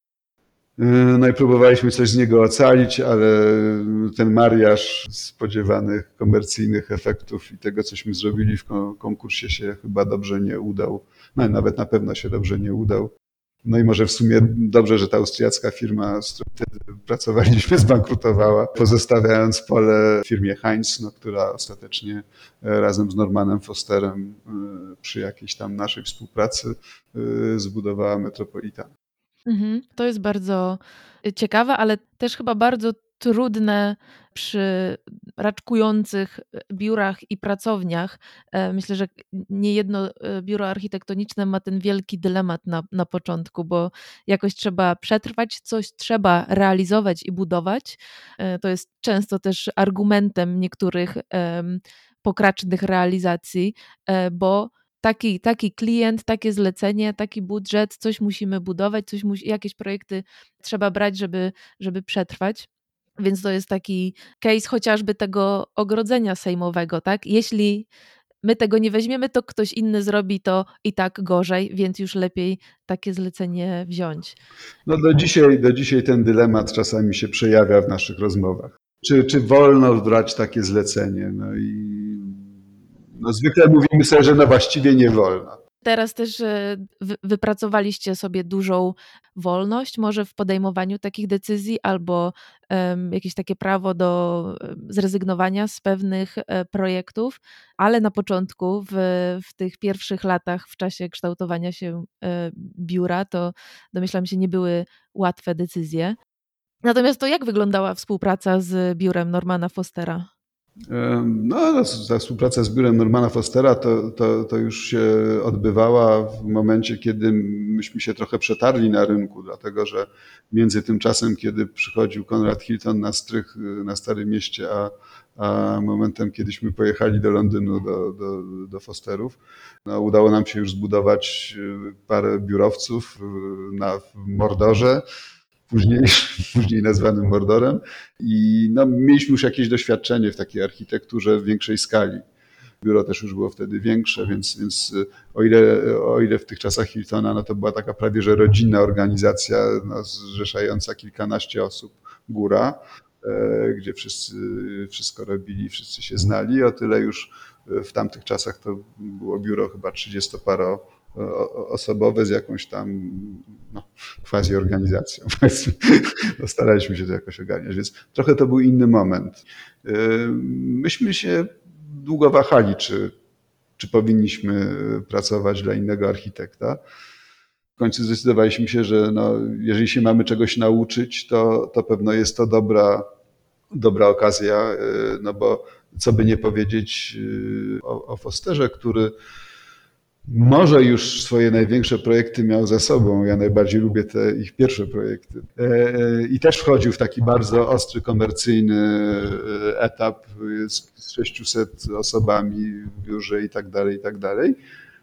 No i próbowaliśmy coś z niego ocalić, ale ten mariaż spodziewanych komercyjnych efektów i tego, cośmy zrobili w konkursie się chyba dobrze nie udał. No nawet na pewno się dobrze nie udał. No i może w sumie dobrze, że ta austriacka firma, z którą wtedy pracowaliśmy, zbankrutowała, pozostawiając pole firmie Heinz, no, która ostatecznie razem z Normanem Fosterem przy jakiejś tam naszej współpracy zbudowała Metropolitan. Mhm. To jest bardzo ciekawe, ale też chyba bardzo trudne przy raczkujących biurach i pracowniach. Myślę, że niejedno biuro architektoniczne ma ten wielki dylemat na, na początku, bo jakoś trzeba przetrwać, coś trzeba realizować i budować. To jest często też argumentem niektórych pokracznych realizacji, bo Taki, taki klient, takie zlecenie, taki budżet, coś musimy budować, coś musi, jakieś projekty trzeba brać, żeby, żeby przetrwać. Więc to jest taki case chociażby tego ogrodzenia sejmowego, tak? Jeśli my tego nie weźmiemy, to ktoś inny zrobi to i tak gorzej, więc już lepiej takie zlecenie wziąć. No do dzisiaj, do dzisiaj ten dylemat czasami się przejawia w naszych rozmowach. Czy, czy wolno brać takie zlecenie? No i No zwykle mówimy sobie, że no właściwie nie wolno. Teraz też wypracowaliście sobie dużą wolność może w podejmowaniu takich decyzji albo um, jakieś takie prawo do zrezygnowania z pewnych projektów, ale na początku, w, w tych pierwszych latach w czasie kształtowania się biura, to domyślam się nie były łatwe decyzje. Natomiast to jak wyglądała współpraca z biurem Normana Fostera? No, ta współpraca z biurem Normana Fostera to, to, to już się odbywała w momencie, kiedy myśmy się trochę przetarli na rynku, dlatego że między tym czasem, kiedy przychodził Conrad Hilton na strych na Starym Mieście, a, a momentem, kiedyśmy pojechali do Londynu, do, do, do Fosterów, no, udało nam się już zbudować parę biurowców na w Mordorze, Później, później nazwanym Mordorem i no, mieliśmy już jakieś doświadczenie w takiej architekturze w większej skali. Biuro też już było wtedy większe, więc, więc o, ile, o ile w tych czasach Hiltona no, to była taka prawie że rodzinna organizacja no, zrzeszająca kilkanaście osób, góra, e, gdzie wszyscy wszystko robili, wszyscy się znali, o tyle już w tamtych czasach to było biuro chyba trzydziestoparo osobowe z jakąś tam no, quasi organizacją. Staraliśmy się to jakoś ogarniać, więc trochę to był inny moment. Myśmy się długo wahali, czy, czy powinniśmy pracować dla innego architekta. W końcu zdecydowaliśmy się, że no, jeżeli się mamy czegoś nauczyć, to, to pewno jest to dobra, dobra okazja, no bo Co by nie powiedzieć o, o Fosterze, który może już swoje największe projekty miał za sobą. Ja najbardziej lubię te ich pierwsze projekty. I też wchodził w taki bardzo ostry, komercyjny etap z sześciuset osobami w biurze i tak dalej, i tak dalej.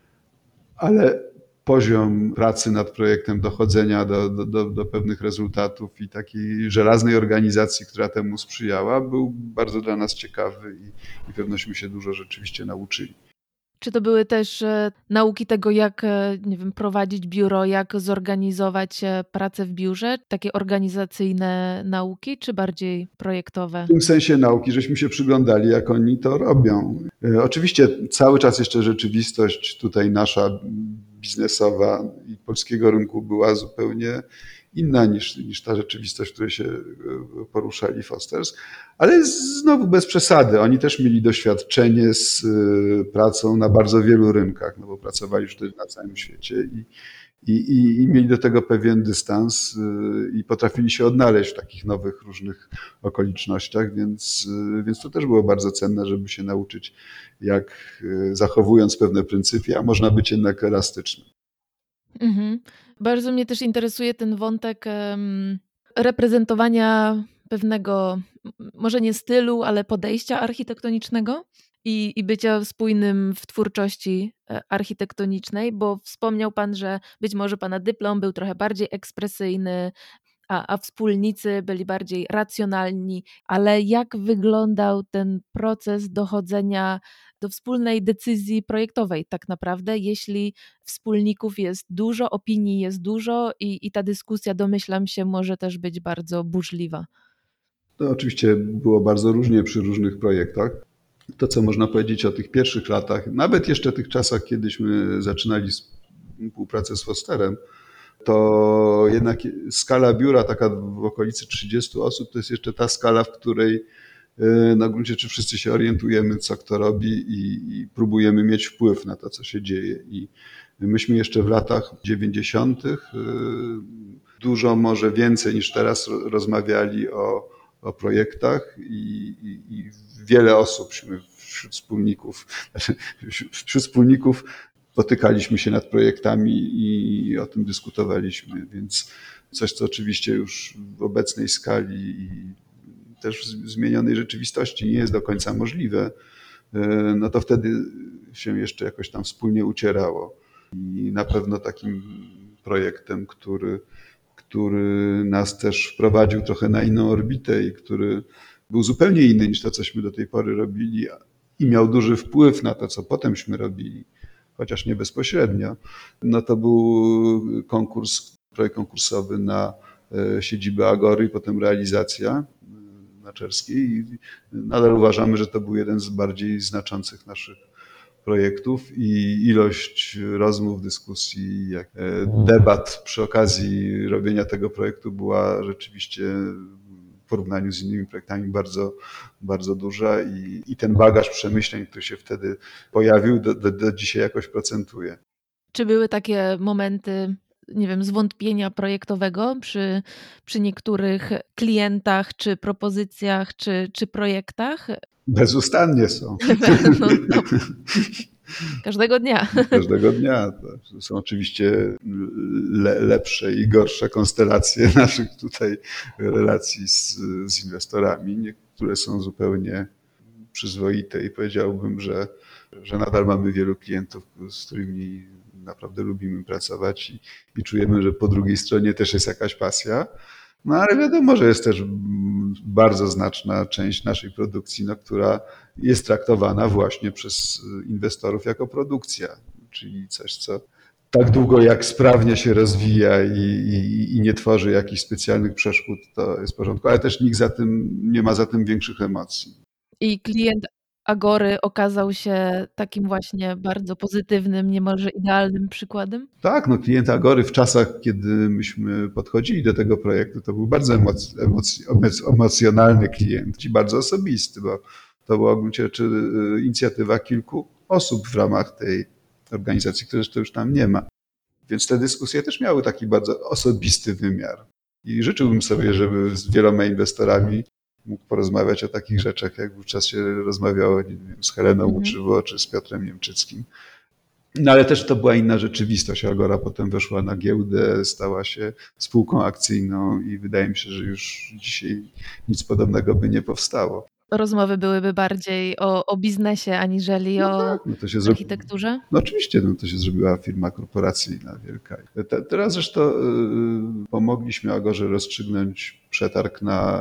Ale poziom pracy nad projektem, dochodzenia do, do, do pewnych rezultatów i takiej żelaznej organizacji, która temu sprzyjała, był bardzo dla nas ciekawy i, i pewnośmy się dużo rzeczywiście nauczyli. Czy to były też e, nauki tego, jak e, nie wiem, prowadzić biuro, jak zorganizować e, pracę w biurze? Takie organizacyjne nauki, czy bardziej projektowe? W tym sensie nauki, żeśmy się przyglądali, jak oni to robią. E, oczywiście cały czas jeszcze rzeczywistość tutaj nasza biznesowa i polskiego rynku była zupełnie inna niż, niż ta rzeczywistość, w której się poruszali Fosters, ale znowu bez przesady. Oni też mieli doświadczenie z pracą na bardzo wielu rynkach, no bo pracowali już wtedy na całym świecie i, i, i mieli do tego pewien dystans i potrafili się odnaleźć w takich nowych, różnych okolicznościach, więc, więc to też było bardzo cenne, żeby się nauczyć, jak zachowując pewne pryncypia, można być jednak elastycznym. Mhm. Bardzo mnie też interesuje ten wątek um, reprezentowania pewnego, może nie stylu, ale podejścia architektonicznego i, i bycia spójnym w twórczości architektonicznej, bo wspomniał Pan, że być może Pana dyplom był trochę bardziej ekspresyjny, a, a wspólnicy byli bardziej racjonalni, ale jak wyglądał ten proces dochodzenia do wspólnej decyzji projektowej tak naprawdę, jeśli wspólników jest dużo, opinii jest dużo i, i ta dyskusja, domyślam się, może też być bardzo burzliwa? To oczywiście było bardzo różnie przy różnych projektach. To, co można powiedzieć o tych pierwszych latach, nawet jeszcze tych czasach, kiedyśmy zaczynali współpracę z Fosterem, to jednak skala biura, taka w okolicy trzydziestu osób, to jest jeszcze ta skala, w której na gruncie czy wszyscy się orientujemy, co kto robi i, i próbujemy mieć wpływ na to, co się dzieje. I myśmy jeszcze w latach dziewięćdziesiątych dużo, może więcej niż teraz rozmawiali o, o projektach i, i, i wiele osób wśród wspólników, wśród wspólników spotykaliśmy się nad projektami i o tym dyskutowaliśmy, więc coś, co oczywiście już w obecnej skali i też w zmienionej rzeczywistości nie jest do końca możliwe, no to wtedy się jeszcze jakoś tam wspólnie ucierało. I na pewno takim projektem, który, który nas też wprowadził trochę na inną orbitę i który był zupełnie inny niż to, cośmy do tej pory robili i miał duży wpływ na to, co potemśmy robili, chociaż nie bezpośrednio, no to był konkurs, projekt konkursowy na siedzibę Agory i potem realizacja na Czerskiej. I nadal uważamy, że to był jeden z bardziej znaczących naszych projektów i ilość rozmów, dyskusji, jak debat przy okazji robienia tego projektu była rzeczywiście w porównaniu z innymi projektami bardzo, bardzo duża i, i ten bagaż przemyśleń, który się wtedy pojawił, do, do, do dzisiaj jakoś procentuje. Czy były takie momenty, nie wiem, zwątpienia projektowego przy, przy niektórych klientach, czy propozycjach, czy, czy projektach? Bezustannie są. No, no. Każdego dnia. Każdego dnia. To są oczywiście le, lepsze i gorsze konstelacje naszych tutaj relacji z, z inwestorami. Niektóre są zupełnie przyzwoite i powiedziałbym, że, że nadal mamy wielu klientów, z którymi naprawdę lubimy pracować i, i czujemy, że po drugiej stronie też jest jakaś pasja. No ale wiadomo, że jest też bardzo znaczna część naszej produkcji, no, która jest traktowana właśnie przez inwestorów jako produkcja, czyli coś, co tak długo jak sprawnie się rozwija i, i, i nie tworzy jakichś specjalnych przeszkód, to jest w porządku, ale też nikt za tym, nie ma za tym większych emocji. I klient Agory okazał się takim właśnie bardzo pozytywnym, niemalże idealnym przykładem? Tak, no klient Agory w czasach, kiedy myśmy podchodzili do tego projektu, to był bardzo emoc, emoc, emocjonalny klient i bardzo osobisty, bo to była w gruncie rzeczy inicjatywa kilku osób w ramach tej organizacji, której zresztą już tam nie ma. Więc te dyskusje też miały taki bardzo osobisty wymiar. I życzyłbym sobie, żeby z wieloma inwestorami mógł porozmawiać o takich rzeczach, jak wówczas się rozmawiało, nie wiem, z Heleną Mhm. Łuczywo czy z Piotrem Niemczyckim. No ale też to była inna rzeczywistość. Agora potem weszła na giełdę, stała się spółką akcyjną i wydaje mi się, że już dzisiaj nic podobnego by nie powstało. Rozmowy byłyby bardziej o, o biznesie, aniżeli No o tak, no to się zrobi... architekturze? No oczywiście, no to się zrobiła firma korporacyjna wielka. Te, teraz zresztą y, pomogliśmy Agorze rozstrzygnąć przetarg na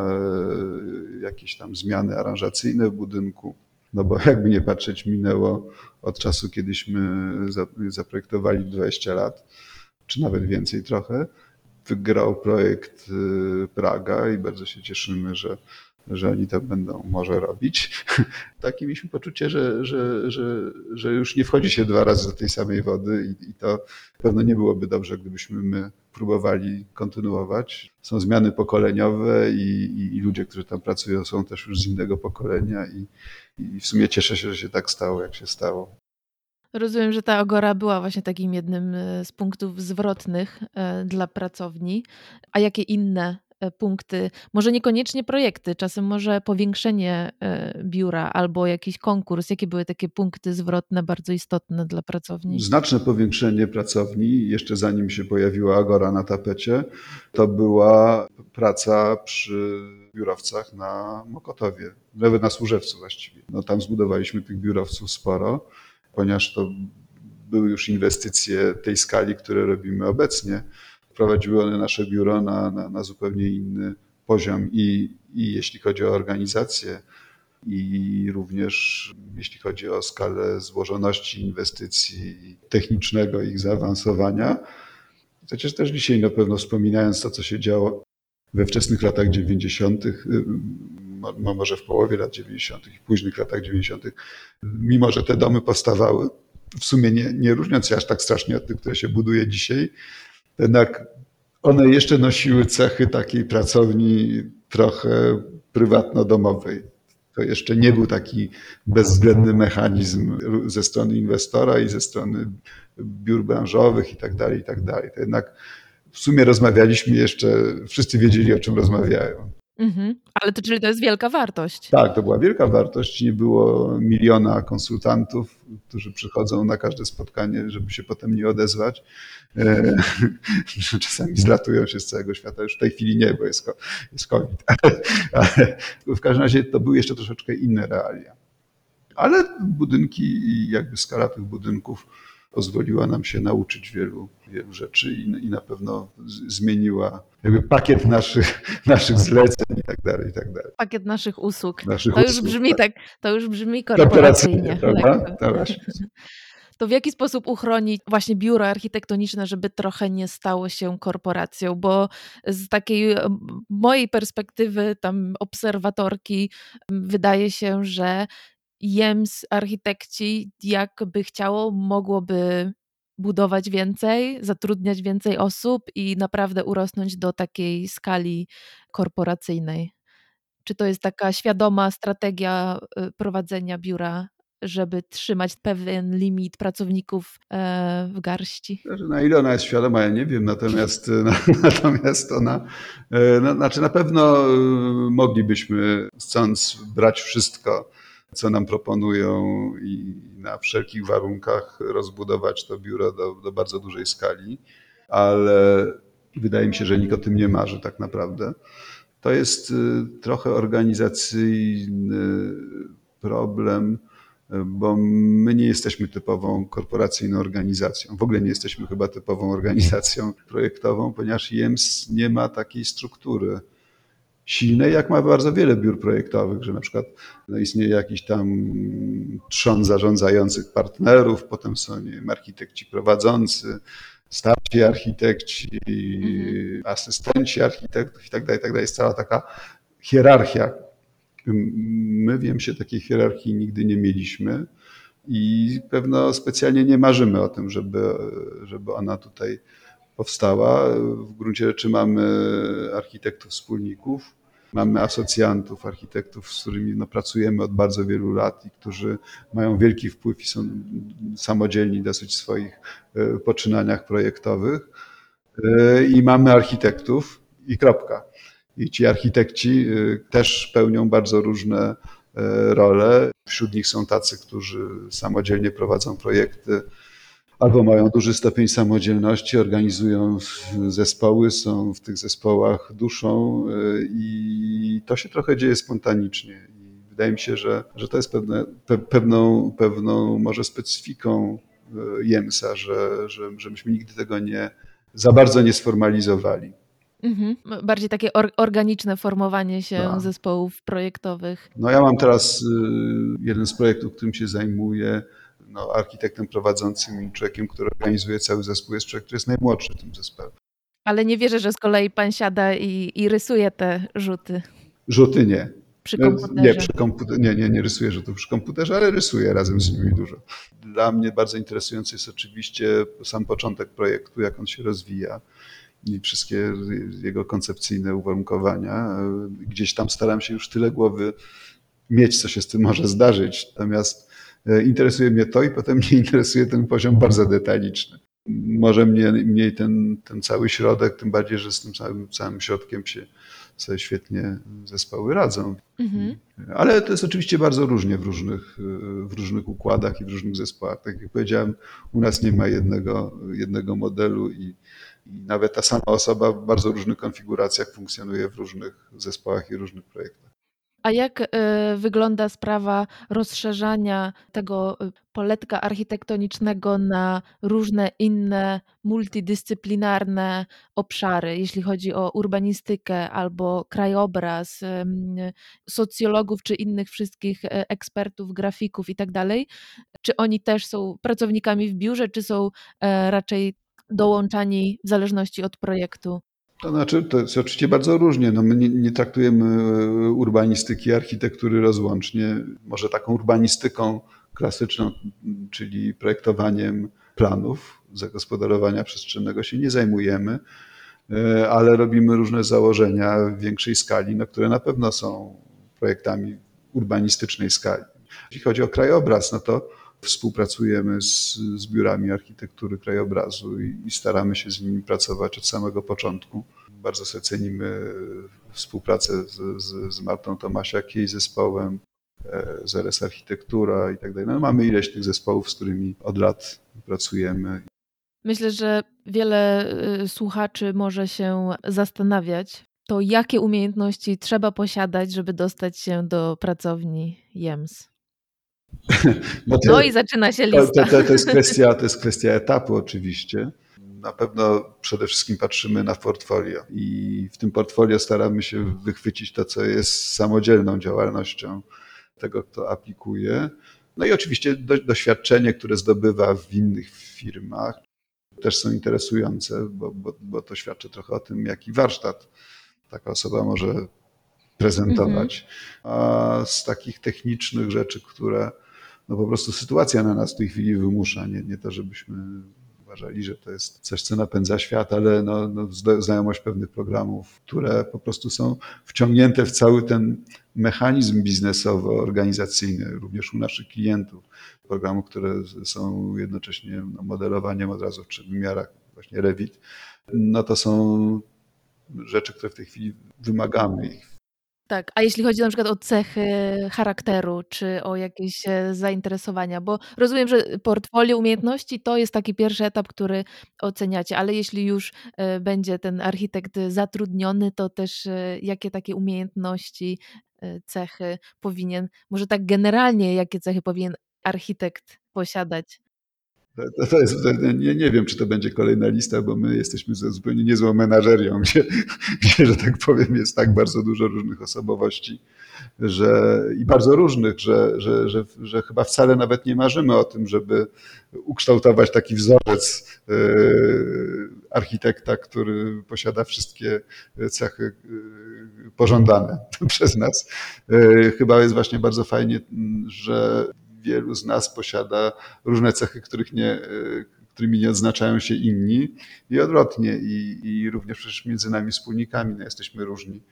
y, jakieś tam zmiany aranżacyjne w budynku. No bo jakby nie patrzeć, minęło od czasu, kiedyśmy zaprojektowali dwadzieścia lat, czy nawet więcej trochę. Wygrał projekt Praga i bardzo się cieszymy, że, że oni to będą może robić. Takie mieliśmy poczucie, że, że, że, że już nie wchodzi się dwa razy do tej samej wody i, i to pewno nie byłoby dobrze, gdybyśmy my próbowali kontynuować. Są zmiany pokoleniowe i, i, i ludzie, którzy tam pracują, są też już z innego pokolenia i, i w sumie cieszę się, że się tak stało, jak się stało. Rozumiem, że ta Agora była właśnie takim jednym z punktów zwrotnych dla pracowni. A jakie inne punkty, może niekoniecznie projekty, czasem może powiększenie biura albo jakiś konkurs, jakie były takie punkty zwrotne bardzo istotne dla pracowni? Znaczne powiększenie pracowni, jeszcze zanim się pojawiła Agora na tapecie, to była praca przy biurowcach na Mokotowie, nawet na Służewcu właściwie. No tam zbudowaliśmy tych biurowców sporo, ponieważ to były już inwestycje tej skali, które robimy obecnie. Wprowadziły one nasze biuro na, na, na zupełnie inny poziom i, i jeśli chodzi o organizację, i również jeśli chodzi o skalę złożoności inwestycji, technicznego ich zaawansowania. Chociaż też dzisiaj na pewno wspominając to, co się działo we wczesnych latach dziewięćdziesiątych, może w połowie lat dziewięćdziesiątych i późnych latach dziewięćdziesiątych, mimo że te domy powstawały, w sumie nie, nie różniąc się aż tak strasznie od tych, które się buduje dzisiaj, jednak one jeszcze nosiły cechy takiej pracowni trochę prywatno-domowej. To jeszcze nie był taki bezwzględny mechanizm ze strony inwestora i ze strony biur branżowych i tak dalej, i tak dalej. To jednak w sumie rozmawialiśmy jeszcze, wszyscy wiedzieli, o czym rozmawiają. Mhm. Ale to czyli to jest wielka wartość. Tak, to była wielka wartość. Nie było miliona konsultantów, którzy przychodzą na każde spotkanie, żeby się potem nie odezwać. Czasami zlatują się z całego świata. Już w tej chwili nie, bo jest, jest COVID. Ale, ale w każdym razie to były jeszcze troszeczkę inne realia. Ale budynki i jakby skala tych budynków pozwoliła nam się nauczyć wielu, wielu rzeczy i, i na pewno z, zmieniła jakby pakiet naszych, naszych zleceń i tak dalej, i tak dalej. Pakiet naszych usług. Naszych to, już usług, brzmi tak. tak, to już brzmi korporacyjnie. To w jaki sposób uchronić właśnie biuro architektoniczne, żeby trochę nie stało się korporacją? Bo z takiej mojej perspektywy tam obserwatorki wydaje się, że I E M S Architekci jakby chciało, mogłoby budować więcej, zatrudniać więcej osób i naprawdę urosnąć do takiej skali korporacyjnej. Czy to jest taka świadoma strategia prowadzenia biura, żeby trzymać pewien limit pracowników w garści? Na ile ona jest świadoma, ja nie wiem, natomiast, natomiast ona, no, znaczy na pewno moglibyśmy chcąc brać wszystko, co nam proponują i na wszelkich warunkach rozbudować to biuro do, do bardzo dużej skali, ale wydaje mi się, że nikt o tym nie marzy tak naprawdę. To jest trochę organizacyjny problem, bo my nie jesteśmy typową korporacyjną organizacją. W ogóle nie jesteśmy chyba typową organizacją projektową, ponieważ I E M S nie ma takiej struktury silnej, jak ma bardzo wiele biur projektowych, że na przykład no, istnieje jakiś tam trzon zarządzających partnerów, potem są nie wiem, architekci prowadzący, starsi architekci, mhm. asystenci architektów i tak dalej, tak dalej. Jest cała taka hierarchia. My, wiem się, takiej hierarchii nigdy nie mieliśmy i pewno specjalnie nie marzymy o tym, żeby, żeby ona tutaj powstała. W gruncie rzeczy mamy architektów wspólników, mamy asocjantów, architektów, z którymi no, pracujemy od bardzo wielu lat i którzy mają wielki wpływ i są samodzielni dosyć w swoich poczynaniach projektowych. I mamy architektów i kropka. I ci architekci też pełnią bardzo różne role. Wśród nich są tacy, którzy samodzielnie prowadzą projekty albo mają duży stopień samodzielności, organizują zespoły, są w tych zespołach duszą i to się trochę dzieje spontanicznie. I wydaje mi się, że, że to jest pewne, pe, pewną, pewną może specyfiką Jemsa, że, że, że myśmy nigdy tego nie za bardzo nie sformalizowali. Mhm. Bardziej takie or, organiczne formowanie się Tak. zespołów projektowych. No ja mam teraz jeden z projektów, którym się zajmuję, no, architektem prowadzącym i człowiekiem, który organizuje cały zespół, jest człowiek, który jest najmłodszy w tym zespole. Ale nie wierzę, że z kolei pan siada i, i rysuje te rzuty. Rzuty nie. Przy komputerze. Nie, przy komputerze, nie, nie, nie rysuję rzutów przy komputerze, ale rysuję razem z nimi dużo. Dla mnie bardzo interesujący jest oczywiście sam początek projektu, jak on się rozwija i wszystkie jego koncepcyjne uwarunkowania. Gdzieś tam staram się już tyle głowy mieć, co się z tym może zdarzyć. Natomiast interesuje mnie to i potem mnie interesuje ten poziom bardzo detaliczny. Może mnie, mniej ten, ten cały środek, tym bardziej, że z tym całym, całym środkiem się sobie świetnie zespoły radzą. Mhm. Ale to jest oczywiście bardzo różnie w różnych, w różnych układach i w różnych zespołach. Tak jak powiedziałem, u nas nie ma jednego, jednego modelu i, i nawet ta sama osoba w bardzo różnych konfiguracjach funkcjonuje w różnych zespołach i różnych projektach. A jak y, wygląda sprawa rozszerzania tego poletka architektonicznego na różne inne multidyscyplinarne obszary, jeśli chodzi o urbanistykę albo krajobraz, y, socjologów czy innych wszystkich ekspertów, grafików i tak dalej? Czy oni też są pracownikami w biurze, czy są y, raczej dołączani w zależności od projektu? To znaczy, to jest oczywiście bardzo różnie. No my nie, nie traktujemy urbanistyki, architektury rozłącznie. Może taką urbanistyką klasyczną, czyli projektowaniem planów zagospodarowania przestrzennego się nie zajmujemy, ale robimy różne założenia w większej skali, no, które na pewno są projektami urbanistycznej skali. Jeśli chodzi o krajobraz, no to współpracujemy z, z biurami architektury krajobrazu i, i staramy się z nimi pracować od samego początku. Bardzo sobie cenimy współpracę z, z, z Martą Tomasiak, jej zespołem, z R S Architektura i tak dalej. No, mamy ileś tych zespołów, z którymi od lat pracujemy. Myślę, że wiele słuchaczy może się zastanawiać, to jakie umiejętności trzeba posiadać, żeby dostać się do pracowni Jems. No, to, no i zaczyna się lista. To, to, to, jest kwestia, to jest kwestia etapu oczywiście. Na pewno przede wszystkim patrzymy na portfolio i w tym portfolio staramy się wychwycić to, co jest samodzielną działalnością tego, kto aplikuje. No i oczywiście do, doświadczenie, które zdobywa w innych firmach, też są interesujące, bo, bo, bo to świadczy trochę o tym, jaki warsztat taka osoba może prezentować. A z takich technicznych rzeczy, które no po prostu sytuacja na nas w tej chwili wymusza, nie, nie to, żebyśmy uważali, że to jest coś, co napędza świat, ale no, no znajomość pewnych programów, które po prostu są wciągnięte w cały ten mechanizm biznesowo-organizacyjny, również u naszych klientów. Programów, które są jednocześnie no, modelowaniem od razu w trzech wymiarach, właśnie Revit, no to są rzeczy, które w tej chwili wymagamy ich. Tak, a jeśli chodzi na przykład o cechy charakteru, czy o jakieś zainteresowania, bo rozumiem, że portfolio umiejętności to jest taki pierwszy etap, który oceniacie, ale jeśli już będzie ten architekt zatrudniony, to też jakie takie umiejętności, cechy powinien, może tak generalnie, jakie cechy powinien architekt posiadać? To, to jest, nie, nie wiem, czy to będzie kolejna lista, bo my jesteśmy zupełnie niezłą menażerią, gdzie, gdzie, że tak powiem, jest tak bardzo dużo różnych osobowości że, i bardzo różnych, że, że, że, że chyba wcale nawet nie marzymy o tym, żeby ukształtować taki wzorzec architekta, który posiada wszystkie cechy pożądane przez nas. Chyba jest właśnie bardzo fajnie, że wielu z nas posiada różne cechy, których nie, którymi nie odznaczają się inni i odwrotnie. I, i również przecież między nami wspólnikami no jesteśmy różni.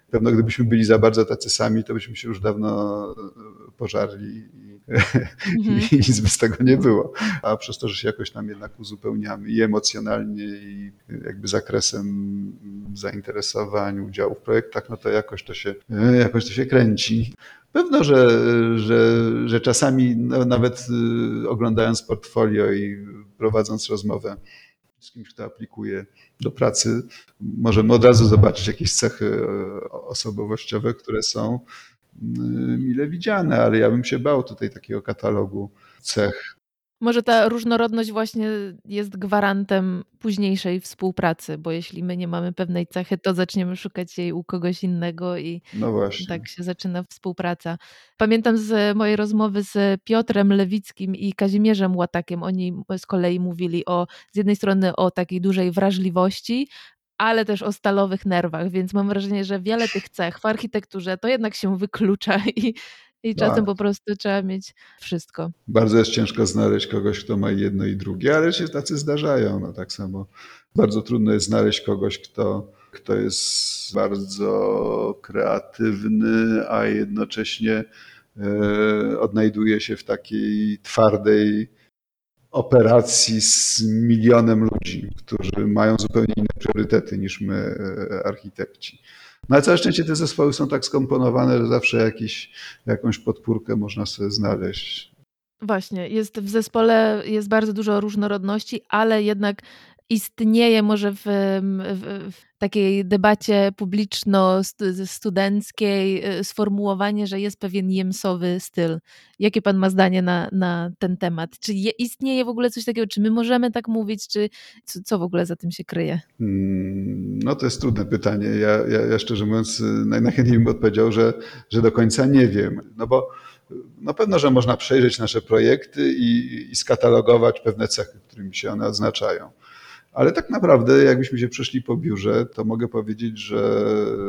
Pewno gdybyśmy byli za bardzo tacy sami, to byśmy się już dawno pożarli i, Mhm. i nic by z tego nie było. A przez to, że się jakoś tam jednak uzupełniamy i emocjonalnie, i jakby zakresem zainteresowań, udziału w projektach, no to jakoś to się, jakoś to się kręci. Pewno, że, że, że czasami nawet oglądając portfolio i prowadząc rozmowę z kimś, kto aplikuje do pracy, możemy od razu zobaczyć jakieś cechy osobowościowe, które są mile widziane, ale ja bym się bał tutaj takiego katalogu cech. Może ta różnorodność właśnie jest gwarantem późniejszej współpracy, bo jeśli my nie mamy pewnej cechy, to zaczniemy szukać jej u kogoś innego i No właśnie. tak się zaczyna współpraca. Pamiętam z mojej rozmowy z Piotrem Lewickim i Kazimierzem Łatakiem. Oni z kolei mówili o, z jednej strony o takiej dużej wrażliwości, ale też o stalowych nerwach, więc mam wrażenie, że wiele tych cech w architekturze to jednak się wyklucza i, i czasem Tak. po prostu trzeba mieć wszystko. Bardzo jest ciężko znaleźć kogoś, kto ma jedno i drugie, ale się tacy zdarzają. No tak samo bardzo trudno jest znaleźć kogoś, kto, kto jest bardzo kreatywny, a jednocześnie e, odnajduje się w takiej twardej operacji z milionem ludzi, którzy mają zupełnie inne priorytety niż my, e, architekci. No ale całe szczęście te zespoły są tak skomponowane, że zawsze jakiś, jakąś podpórkę można sobie znaleźć. Właśnie, jest w zespole jest bardzo dużo różnorodności, ale jednak istnieje może w, w, w takiej debacie publiczno-studenckiej sformułowanie, że jest pewien jemsowy styl. Jakie pan ma zdanie na, na ten temat? Czy je, istnieje w ogóle coś takiego? Czy my możemy tak mówić? Czy co, co w ogóle za tym się kryje? No to jest trudne pytanie. Ja, ja, ja szczerze mówiąc najchętniej bym odpowiedział, że, że do końca nie wiem. No bo na pewno, że można przejrzeć nasze projekty i, i skatalogować pewne cechy, którymi się one odznaczają. Ale tak naprawdę, jakbyśmy się przeszli po biurze, to mogę powiedzieć, że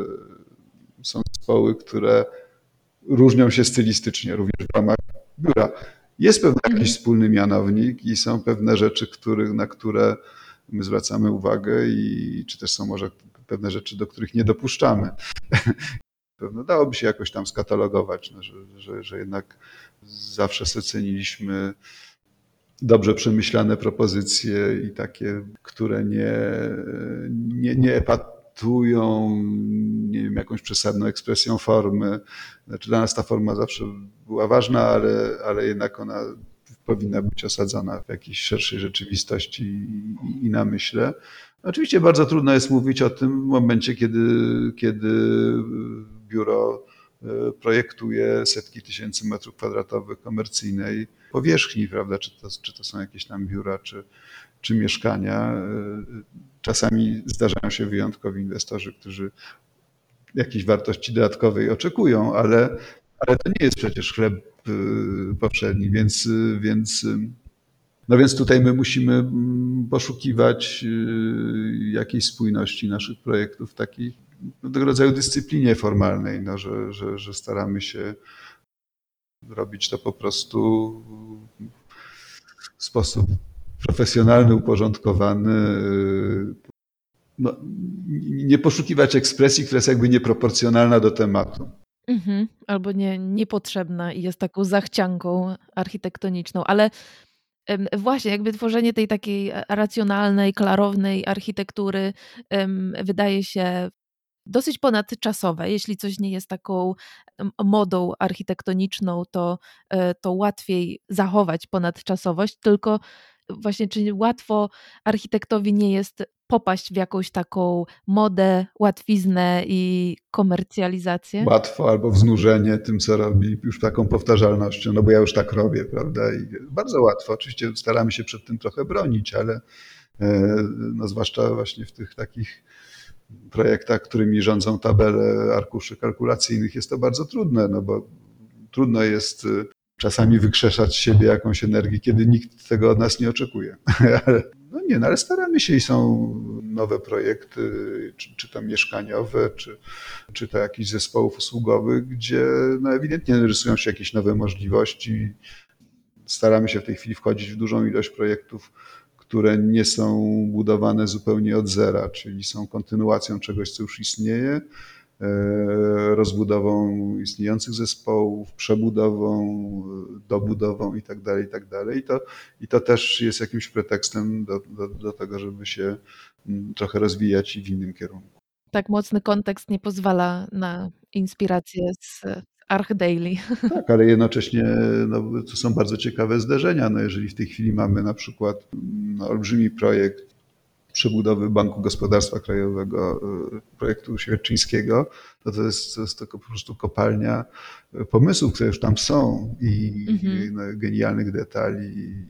są zespoły, które różnią się stylistycznie, również w ramach biura. Jest pewien jakiś mhm. wspólny mianownik i są pewne rzeczy, których, na które my zwracamy uwagę i czy też są może pewne rzeczy, do których nie dopuszczamy. Pewno dałoby się jakoś tam skatalogować, no, że, że, że jednak zawsze sobie ceniliśmy dobrze przemyślane propozycje i takie, które nie, nie, nie epatują, nie wiem, jakąś przesadną ekspresją formy. Znaczy dla nas ta forma zawsze była ważna, ale, ale jednak ona powinna być osadzona w jakiejś szerszej rzeczywistości i, i namyśle. Oczywiście bardzo trudno jest mówić o tym w momencie, kiedy, kiedy biuro projektuje setki tysięcy metrów kwadratowych komercyjnej powierzchni, prawda? Czy to, czy to są jakieś tam biura, czy, czy mieszkania. Czasami zdarzają się wyjątkowi inwestorzy, którzy jakiejś wartości dodatkowej oczekują, ale, ale to nie jest przecież chleb powszedni, więc, więc, no więc tutaj my musimy poszukiwać jakiejś spójności naszych projektów, takiej tego rodzaju dyscyplinie formalnej, no, że, że, że staramy się robić to po prostu w sposób profesjonalny, uporządkowany. No, nie poszukiwać ekspresji, która jest jakby nieproporcjonalna do tematu. Mhm, albo nie, niepotrzebna i jest taką zachcianką architektoniczną, ale właśnie jakby tworzenie tej takiej racjonalnej, klarownej architektury wydaje się dosyć ponadczasowe. Jeśli coś nie jest taką modą architektoniczną, to, to łatwiej zachować ponadczasowość, tylko właśnie czy łatwo architektowi nie jest popaść w jakąś taką modę, łatwiznę i komercjalizację? Łatwo albo wznużenie tym, co robi, już taką powtarzalnością, no bo ja już tak robię, prawda? I bardzo łatwo. Oczywiście staramy się przed tym trochę bronić, ale no zwłaszcza właśnie w tych takich projektach, którymi rządzą tabele arkuszy kalkulacyjnych, jest to bardzo trudne, no bo trudno jest czasami wykrzeszać z siebie jakąś energię, kiedy nikt tego od nas nie oczekuje. No nie, no ale staramy się i są nowe projekty, czy, czy to mieszkaniowe, czy, czy to jakichś zespołów usługowych, gdzie no ewidentnie rysują się jakieś nowe możliwości. Staramy się w tej chwili wchodzić w dużą ilość projektów, które nie są budowane zupełnie od zera, czyli są kontynuacją czegoś, co już istnieje, rozbudową istniejących zespołów, przebudową, dobudową i tak dalej, i tak dalej. I to, i to też jest jakimś pretekstem do, do, do tego, żeby się trochę rozwijać i w innym kierunku. Tak mocny kontekst nie pozwala na inspirację z ArchDaily. Tak, ale jednocześnie no, to są bardzo ciekawe zdarzenia. No, jeżeli w tej chwili mamy na przykład no, olbrzymi projekt przebudowy Banku Gospodarstwa Krajowego, projektu świerczyńskiego, to to jest, to jest tylko po prostu kopalnia pomysłów, które już tam są i mhm. no, genialnych detali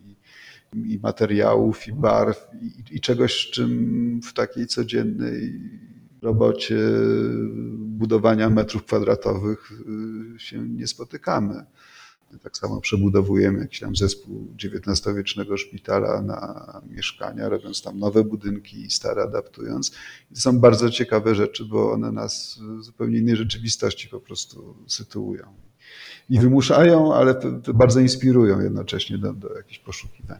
i, i materiałów, i barw, i, i czegoś, czym w takiej codziennej robocie budowania metrów kwadratowych się nie spotykamy. Tak samo przebudowujemy jakiś tam zespół dziewiętnastowiecznego szpitala na mieszkania, robiąc tam nowe budynki i stare adaptując. I to są bardzo ciekawe rzeczy, bo one nas w zupełnie innej rzeczywistości po prostu sytuują. I wymuszają, ale bardzo inspirują jednocześnie do, do jakichś poszukiwań.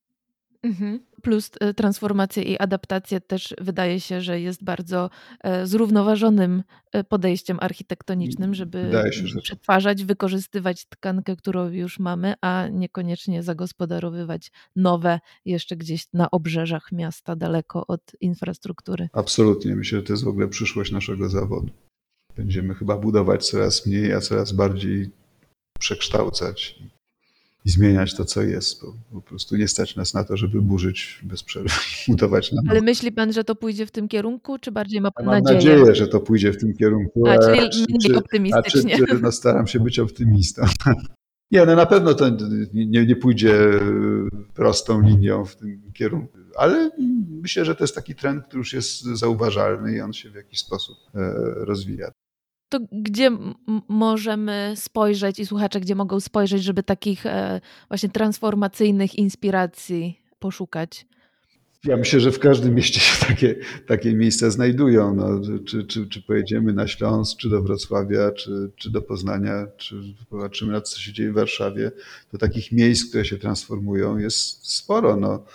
Mhm. Plus transformacja i adaptacja też wydaje się, że jest bardzo zrównoważonym podejściem architektonicznym, żeby się, że... przetwarzać, wykorzystywać tkankę, którą już mamy, a niekoniecznie zagospodarowywać nowe jeszcze gdzieś na obrzeżach miasta, daleko od infrastruktury. Absolutnie. Myślę, że to jest w ogóle przyszłość naszego zawodu. Będziemy chyba budować coraz mniej, a coraz bardziej przekształcać i zmieniać to, co jest. Bo po prostu nie stać nas na to, żeby burzyć bez przerwy i budować na nowo. Ale myśli pan, że to pójdzie w tym kierunku, czy bardziej ma pan Mam nadzieję? Mam nadzieję, że to pójdzie w tym kierunku. A, czyli a czy, mniej czy, optymistycznie. A czy, no staram się być optymistą. Nie, no na pewno to nie, nie pójdzie prostą linią w tym kierunku, ale myślę, że to jest taki trend, który już jest zauważalny i on się w jakiś sposób rozwija. To gdzie m- możemy spojrzeć i słuchacze gdzie mogą spojrzeć, żeby takich e, właśnie transformacyjnych inspiracji poszukać? Ja myślę, że w każdym mieście się takie, takie miejsca znajdują. No, czy, czy, czy pojedziemy na Śląsk, czy do Wrocławia, czy, czy do Poznania, czy popatrzymy na to, co się dzieje w Warszawie, to takich miejsc, które się transformują, jest sporo. No.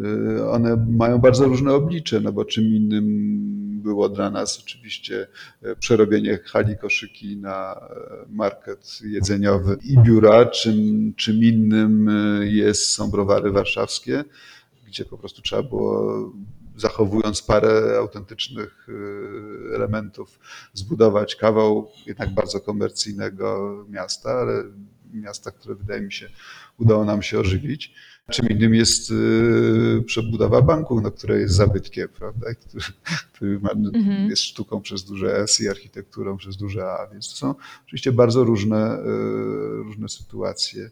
One mają bardzo różne oblicze, no bo czym innym było dla nas oczywiście przerobienie hali koszyki na market jedzeniowy i biura, czym, czym innym jest, są browary warszawskie, gdzie po prostu trzeba było, zachowując parę autentycznych elementów, zbudować kawał jednak bardzo komercyjnego miasta, ale miasta, które wydaje mi się udało nam się ożywić. Czym innym jest przebudowa banku, no, które jest zabytkiem, prawda? Który, który ma, mhm. jest sztuką przez duże S i architekturą przez duże A, więc to są oczywiście bardzo różne, różne sytuacje.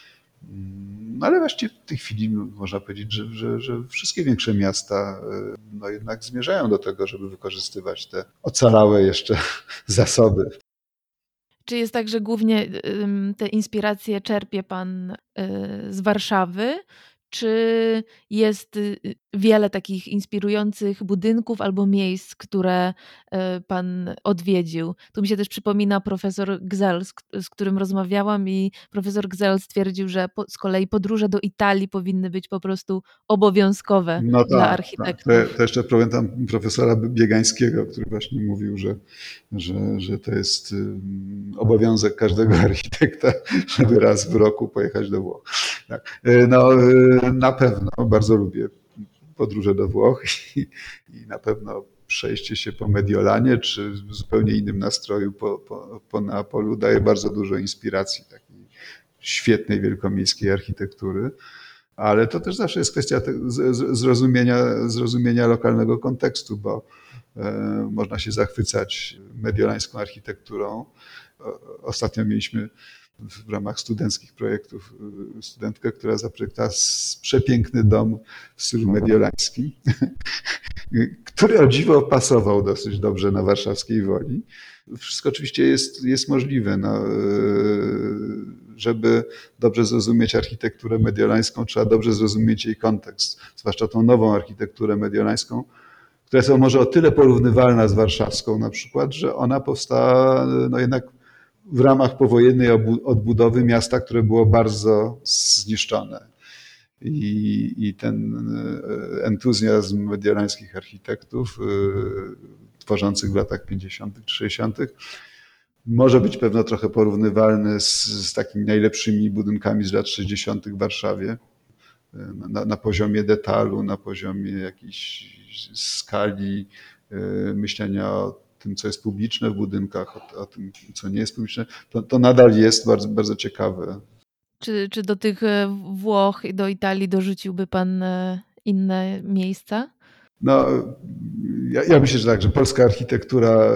No ale właściwie w tej chwili można powiedzieć, że, że, że wszystkie większe miasta no jednak zmierzają do tego, żeby wykorzystywać te ocalałe jeszcze zasoby. Czy jest tak, że głównie te inspiracje czerpie pan z Warszawy? Czy jest wiele takich inspirujących budynków albo miejsc, które pan odwiedził? Tu mi się też przypomina profesor Gzel, z którym rozmawiałam i profesor Gzel stwierdził, że z kolei podróże do Italii powinny być po prostu obowiązkowe no dla tak, architektów. Tak. To, to jeszcze pamiętam profesora Biegańskiego, który właśnie mówił, że, że, że to jest obowiązek każdego architekta, żeby raz w roku pojechać do Włoch. Tak. No, na pewno bardzo lubię podróże do Włoch i, i na pewno przejście się po Mediolanie czy w zupełnie innym nastroju po, po, po Neapolu daje bardzo dużo inspiracji takiej świetnej wielkomiejskiej architektury. Ale to też zawsze jest kwestia zrozumienia, zrozumienia lokalnego kontekstu, bo można się zachwycać mediolańską architekturą. Ostatnio mieliśmy w ramach studenckich projektów studentkę, która zaprojektowała przepiękny dom w stylu mediolańskim, który o dziwo pasował dosyć dobrze na warszawskiej Woli. Wszystko oczywiście jest, jest możliwe. No, żeby dobrze zrozumieć architekturę mediolańską, trzeba dobrze zrozumieć jej kontekst, zwłaszcza tą nową architekturę mediolańską, która jest może o tyle porównywalna z warszawską na przykład, że ona powstała no jednak w ramach powojennej odbudowy miasta, które było bardzo zniszczone. I, i ten entuzjazm mediolańskich architektów tworzących w latach pięćdziesiątych czy sześćdziesiątych. Może być pewno trochę porównywalny z, z takimi najlepszymi budynkami z lat sześćdziesiątych w Warszawie. Na, na poziomie detalu, na poziomie jakiejś skali myślenia o tym, co jest publiczne w budynkach, o, o tym, co nie jest publiczne, to, to nadal jest bardzo, bardzo ciekawe. Czy, czy do tych Włoch i do Italii dorzuciłby pan inne miejsca? No, ja, ja myślę, że tak, że polska architektura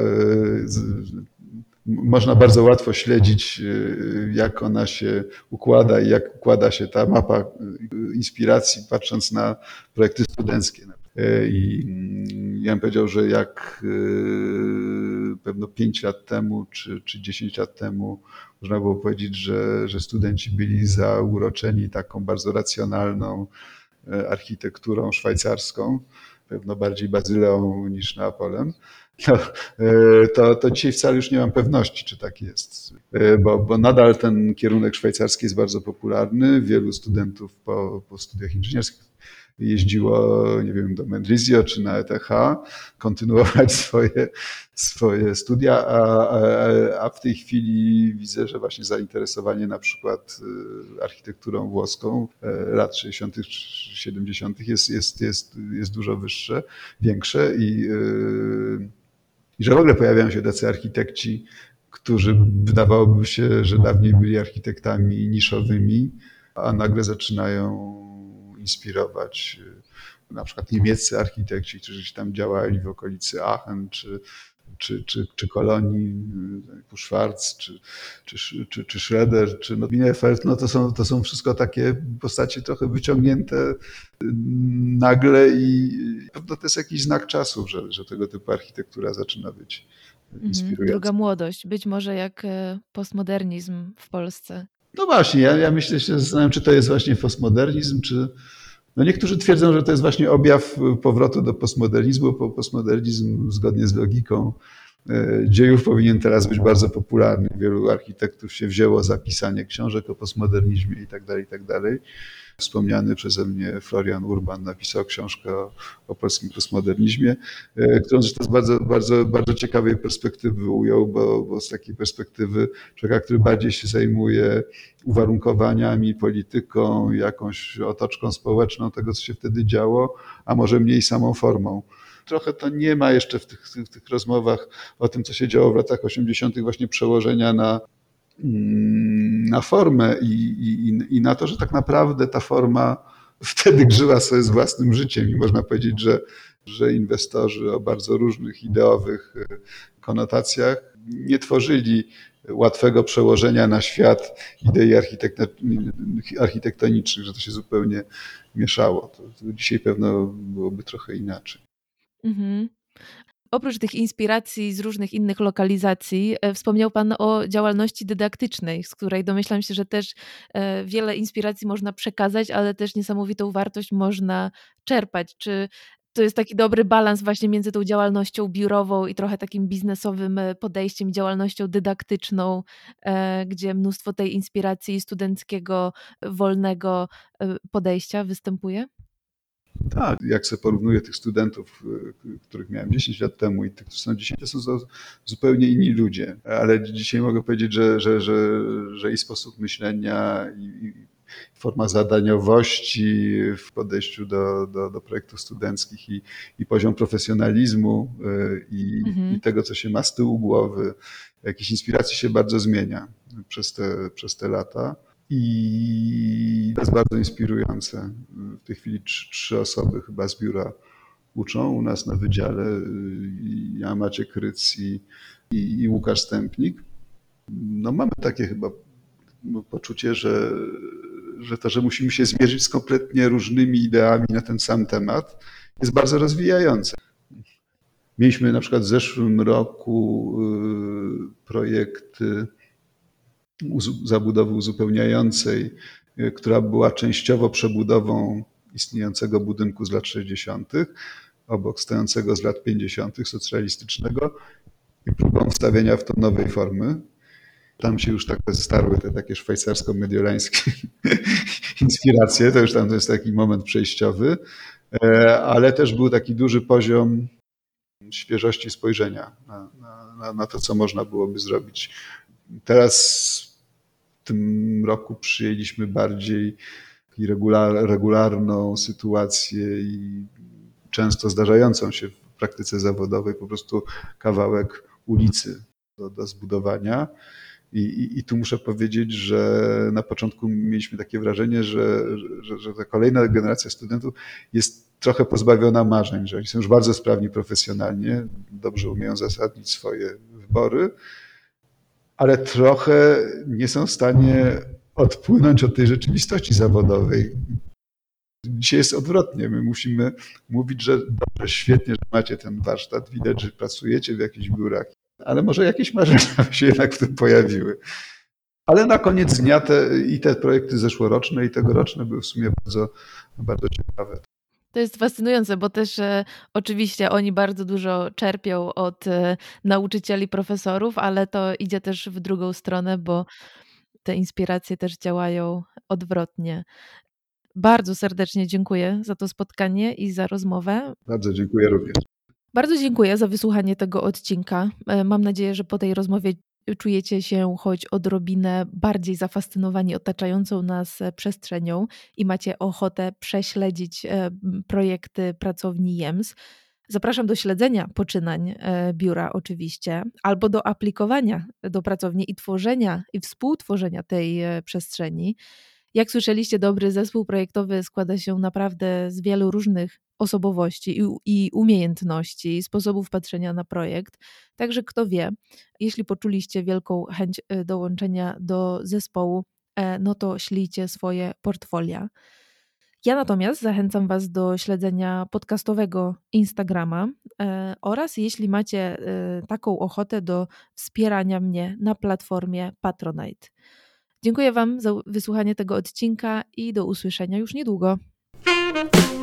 można bardzo łatwo śledzić, jak ona się układa i jak układa się ta mapa inspiracji, patrząc na projekty studenckie. I ja bym powiedział, że jak pewno pięć lat temu czy, czy dziesięć lat temu można było powiedzieć, że, że studenci byli zauroczeni taką bardzo racjonalną architekturą szwajcarską, pewno bardziej Bazyleą niż Neapolem, no, to, to dzisiaj wcale już nie mam pewności, czy tak jest, bo, bo nadal ten kierunek szwajcarski jest bardzo popularny. Wielu studentów po, po studiach inżynierskich jeździło, nie wiem, do Mendrisio czy na E T H, kontynuować swoje, swoje studia, a, a, a w tej chwili widzę, że właśnie zainteresowanie na przykład architekturą włoską lat sześćdziesiątych, siedemdziesiątych jest, jest, jest, jest dużo wyższe, większe i, i że w ogóle pojawiają się tacy architekci, którzy wydawałoby się, że dawniej byli architektami niszowymi, a nagle zaczynają inspirować na przykład niemieccy architekci, którzy tam działali w okolicy Aachen czy, czy, czy, czy Kolonii, typu Schwarz, czy, czy, czy, czy Schroeder, czy no Bielefeld, no to są, to są wszystko takie postacie trochę wyciągnięte nagle i pewno to jest jakiś znak czasów, że, że tego typu architektura zaczyna być inspirująca. Druga młodość, być może jak postmodernizm w Polsce. No właśnie, ja, ja myślę, że zastanawiam, czy to jest właśnie postmodernizm, czy... No niektórzy twierdzą, że to jest właśnie objaw powrotu do postmodernizmu, bo postmodernizm zgodnie z logiką dziejów powinien teraz być bardzo popularny. Wielu architektów się wzięło za pisanie książek o postmodernizmie i tak dalej, i tak dalej. Wspomniany przeze mnie Florian Urban napisał książkę o, o polskim postmodernizmie, którą zresztą z bardzo, bardzo, bardzo ciekawej perspektywy ujął, bo, bo z takiej perspektywy człowieka, który bardziej się zajmuje uwarunkowaniami, polityką, jakąś otoczką społeczną tego, co się wtedy działo, a może mniej samą formą. Trochę to nie ma jeszcze w tych, w tych rozmowach o tym, co się działo w latach osiemdziesiątych właśnie przełożenia na na formę i, i, i na to, że tak naprawdę ta forma wtedy żyła sobie z własnym życiem i można powiedzieć, że, że inwestorzy o bardzo różnych ideowych konotacjach nie tworzyli łatwego przełożenia na świat idei architektonicznych, że to się zupełnie mieszało. To, to dzisiaj pewno byłoby trochę inaczej. Mhm. Oprócz tych inspiracji z różnych innych lokalizacji, wspomniał pan o działalności dydaktycznej, z której domyślam się, że też wiele inspiracji można przekazać, ale też niesamowitą wartość można czerpać. Czy to jest taki dobry balans właśnie między tą działalnością biurową i trochę takim biznesowym podejściem, działalnością dydaktyczną, gdzie mnóstwo tej inspiracji studenckiego, wolnego podejścia występuje? Tak, jak sobie porównuję tych studentów, których miałem dziesięć lat temu i tych, którzy są dzisiaj, to są zupełnie inni ludzie. Ale dzisiaj mogę powiedzieć, że, że, że, że i sposób myślenia, i forma zadaniowości w podejściu do, do, do projektów studenckich i, i poziom profesjonalizmu i, mhm. i tego, co się ma z tyłu głowy, jakieś inspiracji się bardzo zmienia przez te, przez te lata. I to jest bardzo inspirujące. W tej chwili trzy, trzy osoby chyba z biura uczą u nas na wydziale. Ja, Maciek Ryc i, i, i Łukasz Stępnik. No mamy takie chyba poczucie, że, że to, że musimy się zmierzyć z kompletnie różnymi ideami na ten sam temat, jest bardzo rozwijające. Mieliśmy na przykład w zeszłym roku projekty zabudowy uzupełniającej, która była częściowo przebudową istniejącego budynku z lat sześćdziesiątych, obok stojącego z lat pięćdziesiątych socjalistycznego i próbą wstawienia w to nowej formy. Tam się już tak starły te takie szwajcarsko-mediolańskie inspiracje, to już tam to jest taki moment przejściowy, ale też był taki duży poziom świeżości spojrzenia na, na, na to, co można byłoby zrobić. Teraz w tym roku przyjęliśmy bardziej regular, regularną sytuację i często zdarzającą się w praktyce zawodowej po prostu kawałek ulicy do, do zbudowania. I, i, I tu muszę powiedzieć, że na początku mieliśmy takie wrażenie, że, że, że ta kolejna generacja studentów jest trochę pozbawiona marzeń, że oni są już bardzo sprawni profesjonalnie, dobrze umieją zasadnić swoje wybory, ale trochę nie są w stanie odpłynąć od tej rzeczywistości zawodowej. Dzisiaj jest odwrotnie. My musimy mówić, że dobrze, świetnie, że macie ten warsztat, widać, że pracujecie w jakichś biurach, ale może jakieś marzenia się jednak w tym pojawiły. Ale na koniec dnia te, i te projekty zeszłoroczne, i tegoroczne były w sumie bardzo, bardzo ciekawe. To jest fascynujące, bo też e, oczywiście oni bardzo dużo czerpią od e, nauczycieli, profesorów, ale to idzie też w drugą stronę, bo te inspiracje też działają odwrotnie. Bardzo serdecznie dziękuję za to spotkanie i za rozmowę. Bardzo dziękuję również. Bardzo dziękuję za wysłuchanie tego odcinka. Mam nadzieję, że po tej rozmowie czujecie się choć odrobinę bardziej zafascynowani otaczającą nas przestrzenią i macie ochotę prześledzić projekty pracowni J E M S. Zapraszam do śledzenia poczynań biura oczywiście, albo do aplikowania do pracowni i tworzenia i współtworzenia tej przestrzeni. Jak słyszeliście, dobry zespół projektowy składa się naprawdę z wielu różnych osobowości i umiejętności, sposobów patrzenia na projekt. Także kto wie, jeśli poczuliście wielką chęć dołączenia do zespołu, no to ślijcie swoje portfolia. Ja natomiast zachęcam Was do śledzenia podcastowego Instagrama oraz jeśli macie taką ochotę, do wspierania mnie na platformie Patronite. Dziękuję Wam za wysłuchanie tego odcinka i do usłyszenia już niedługo.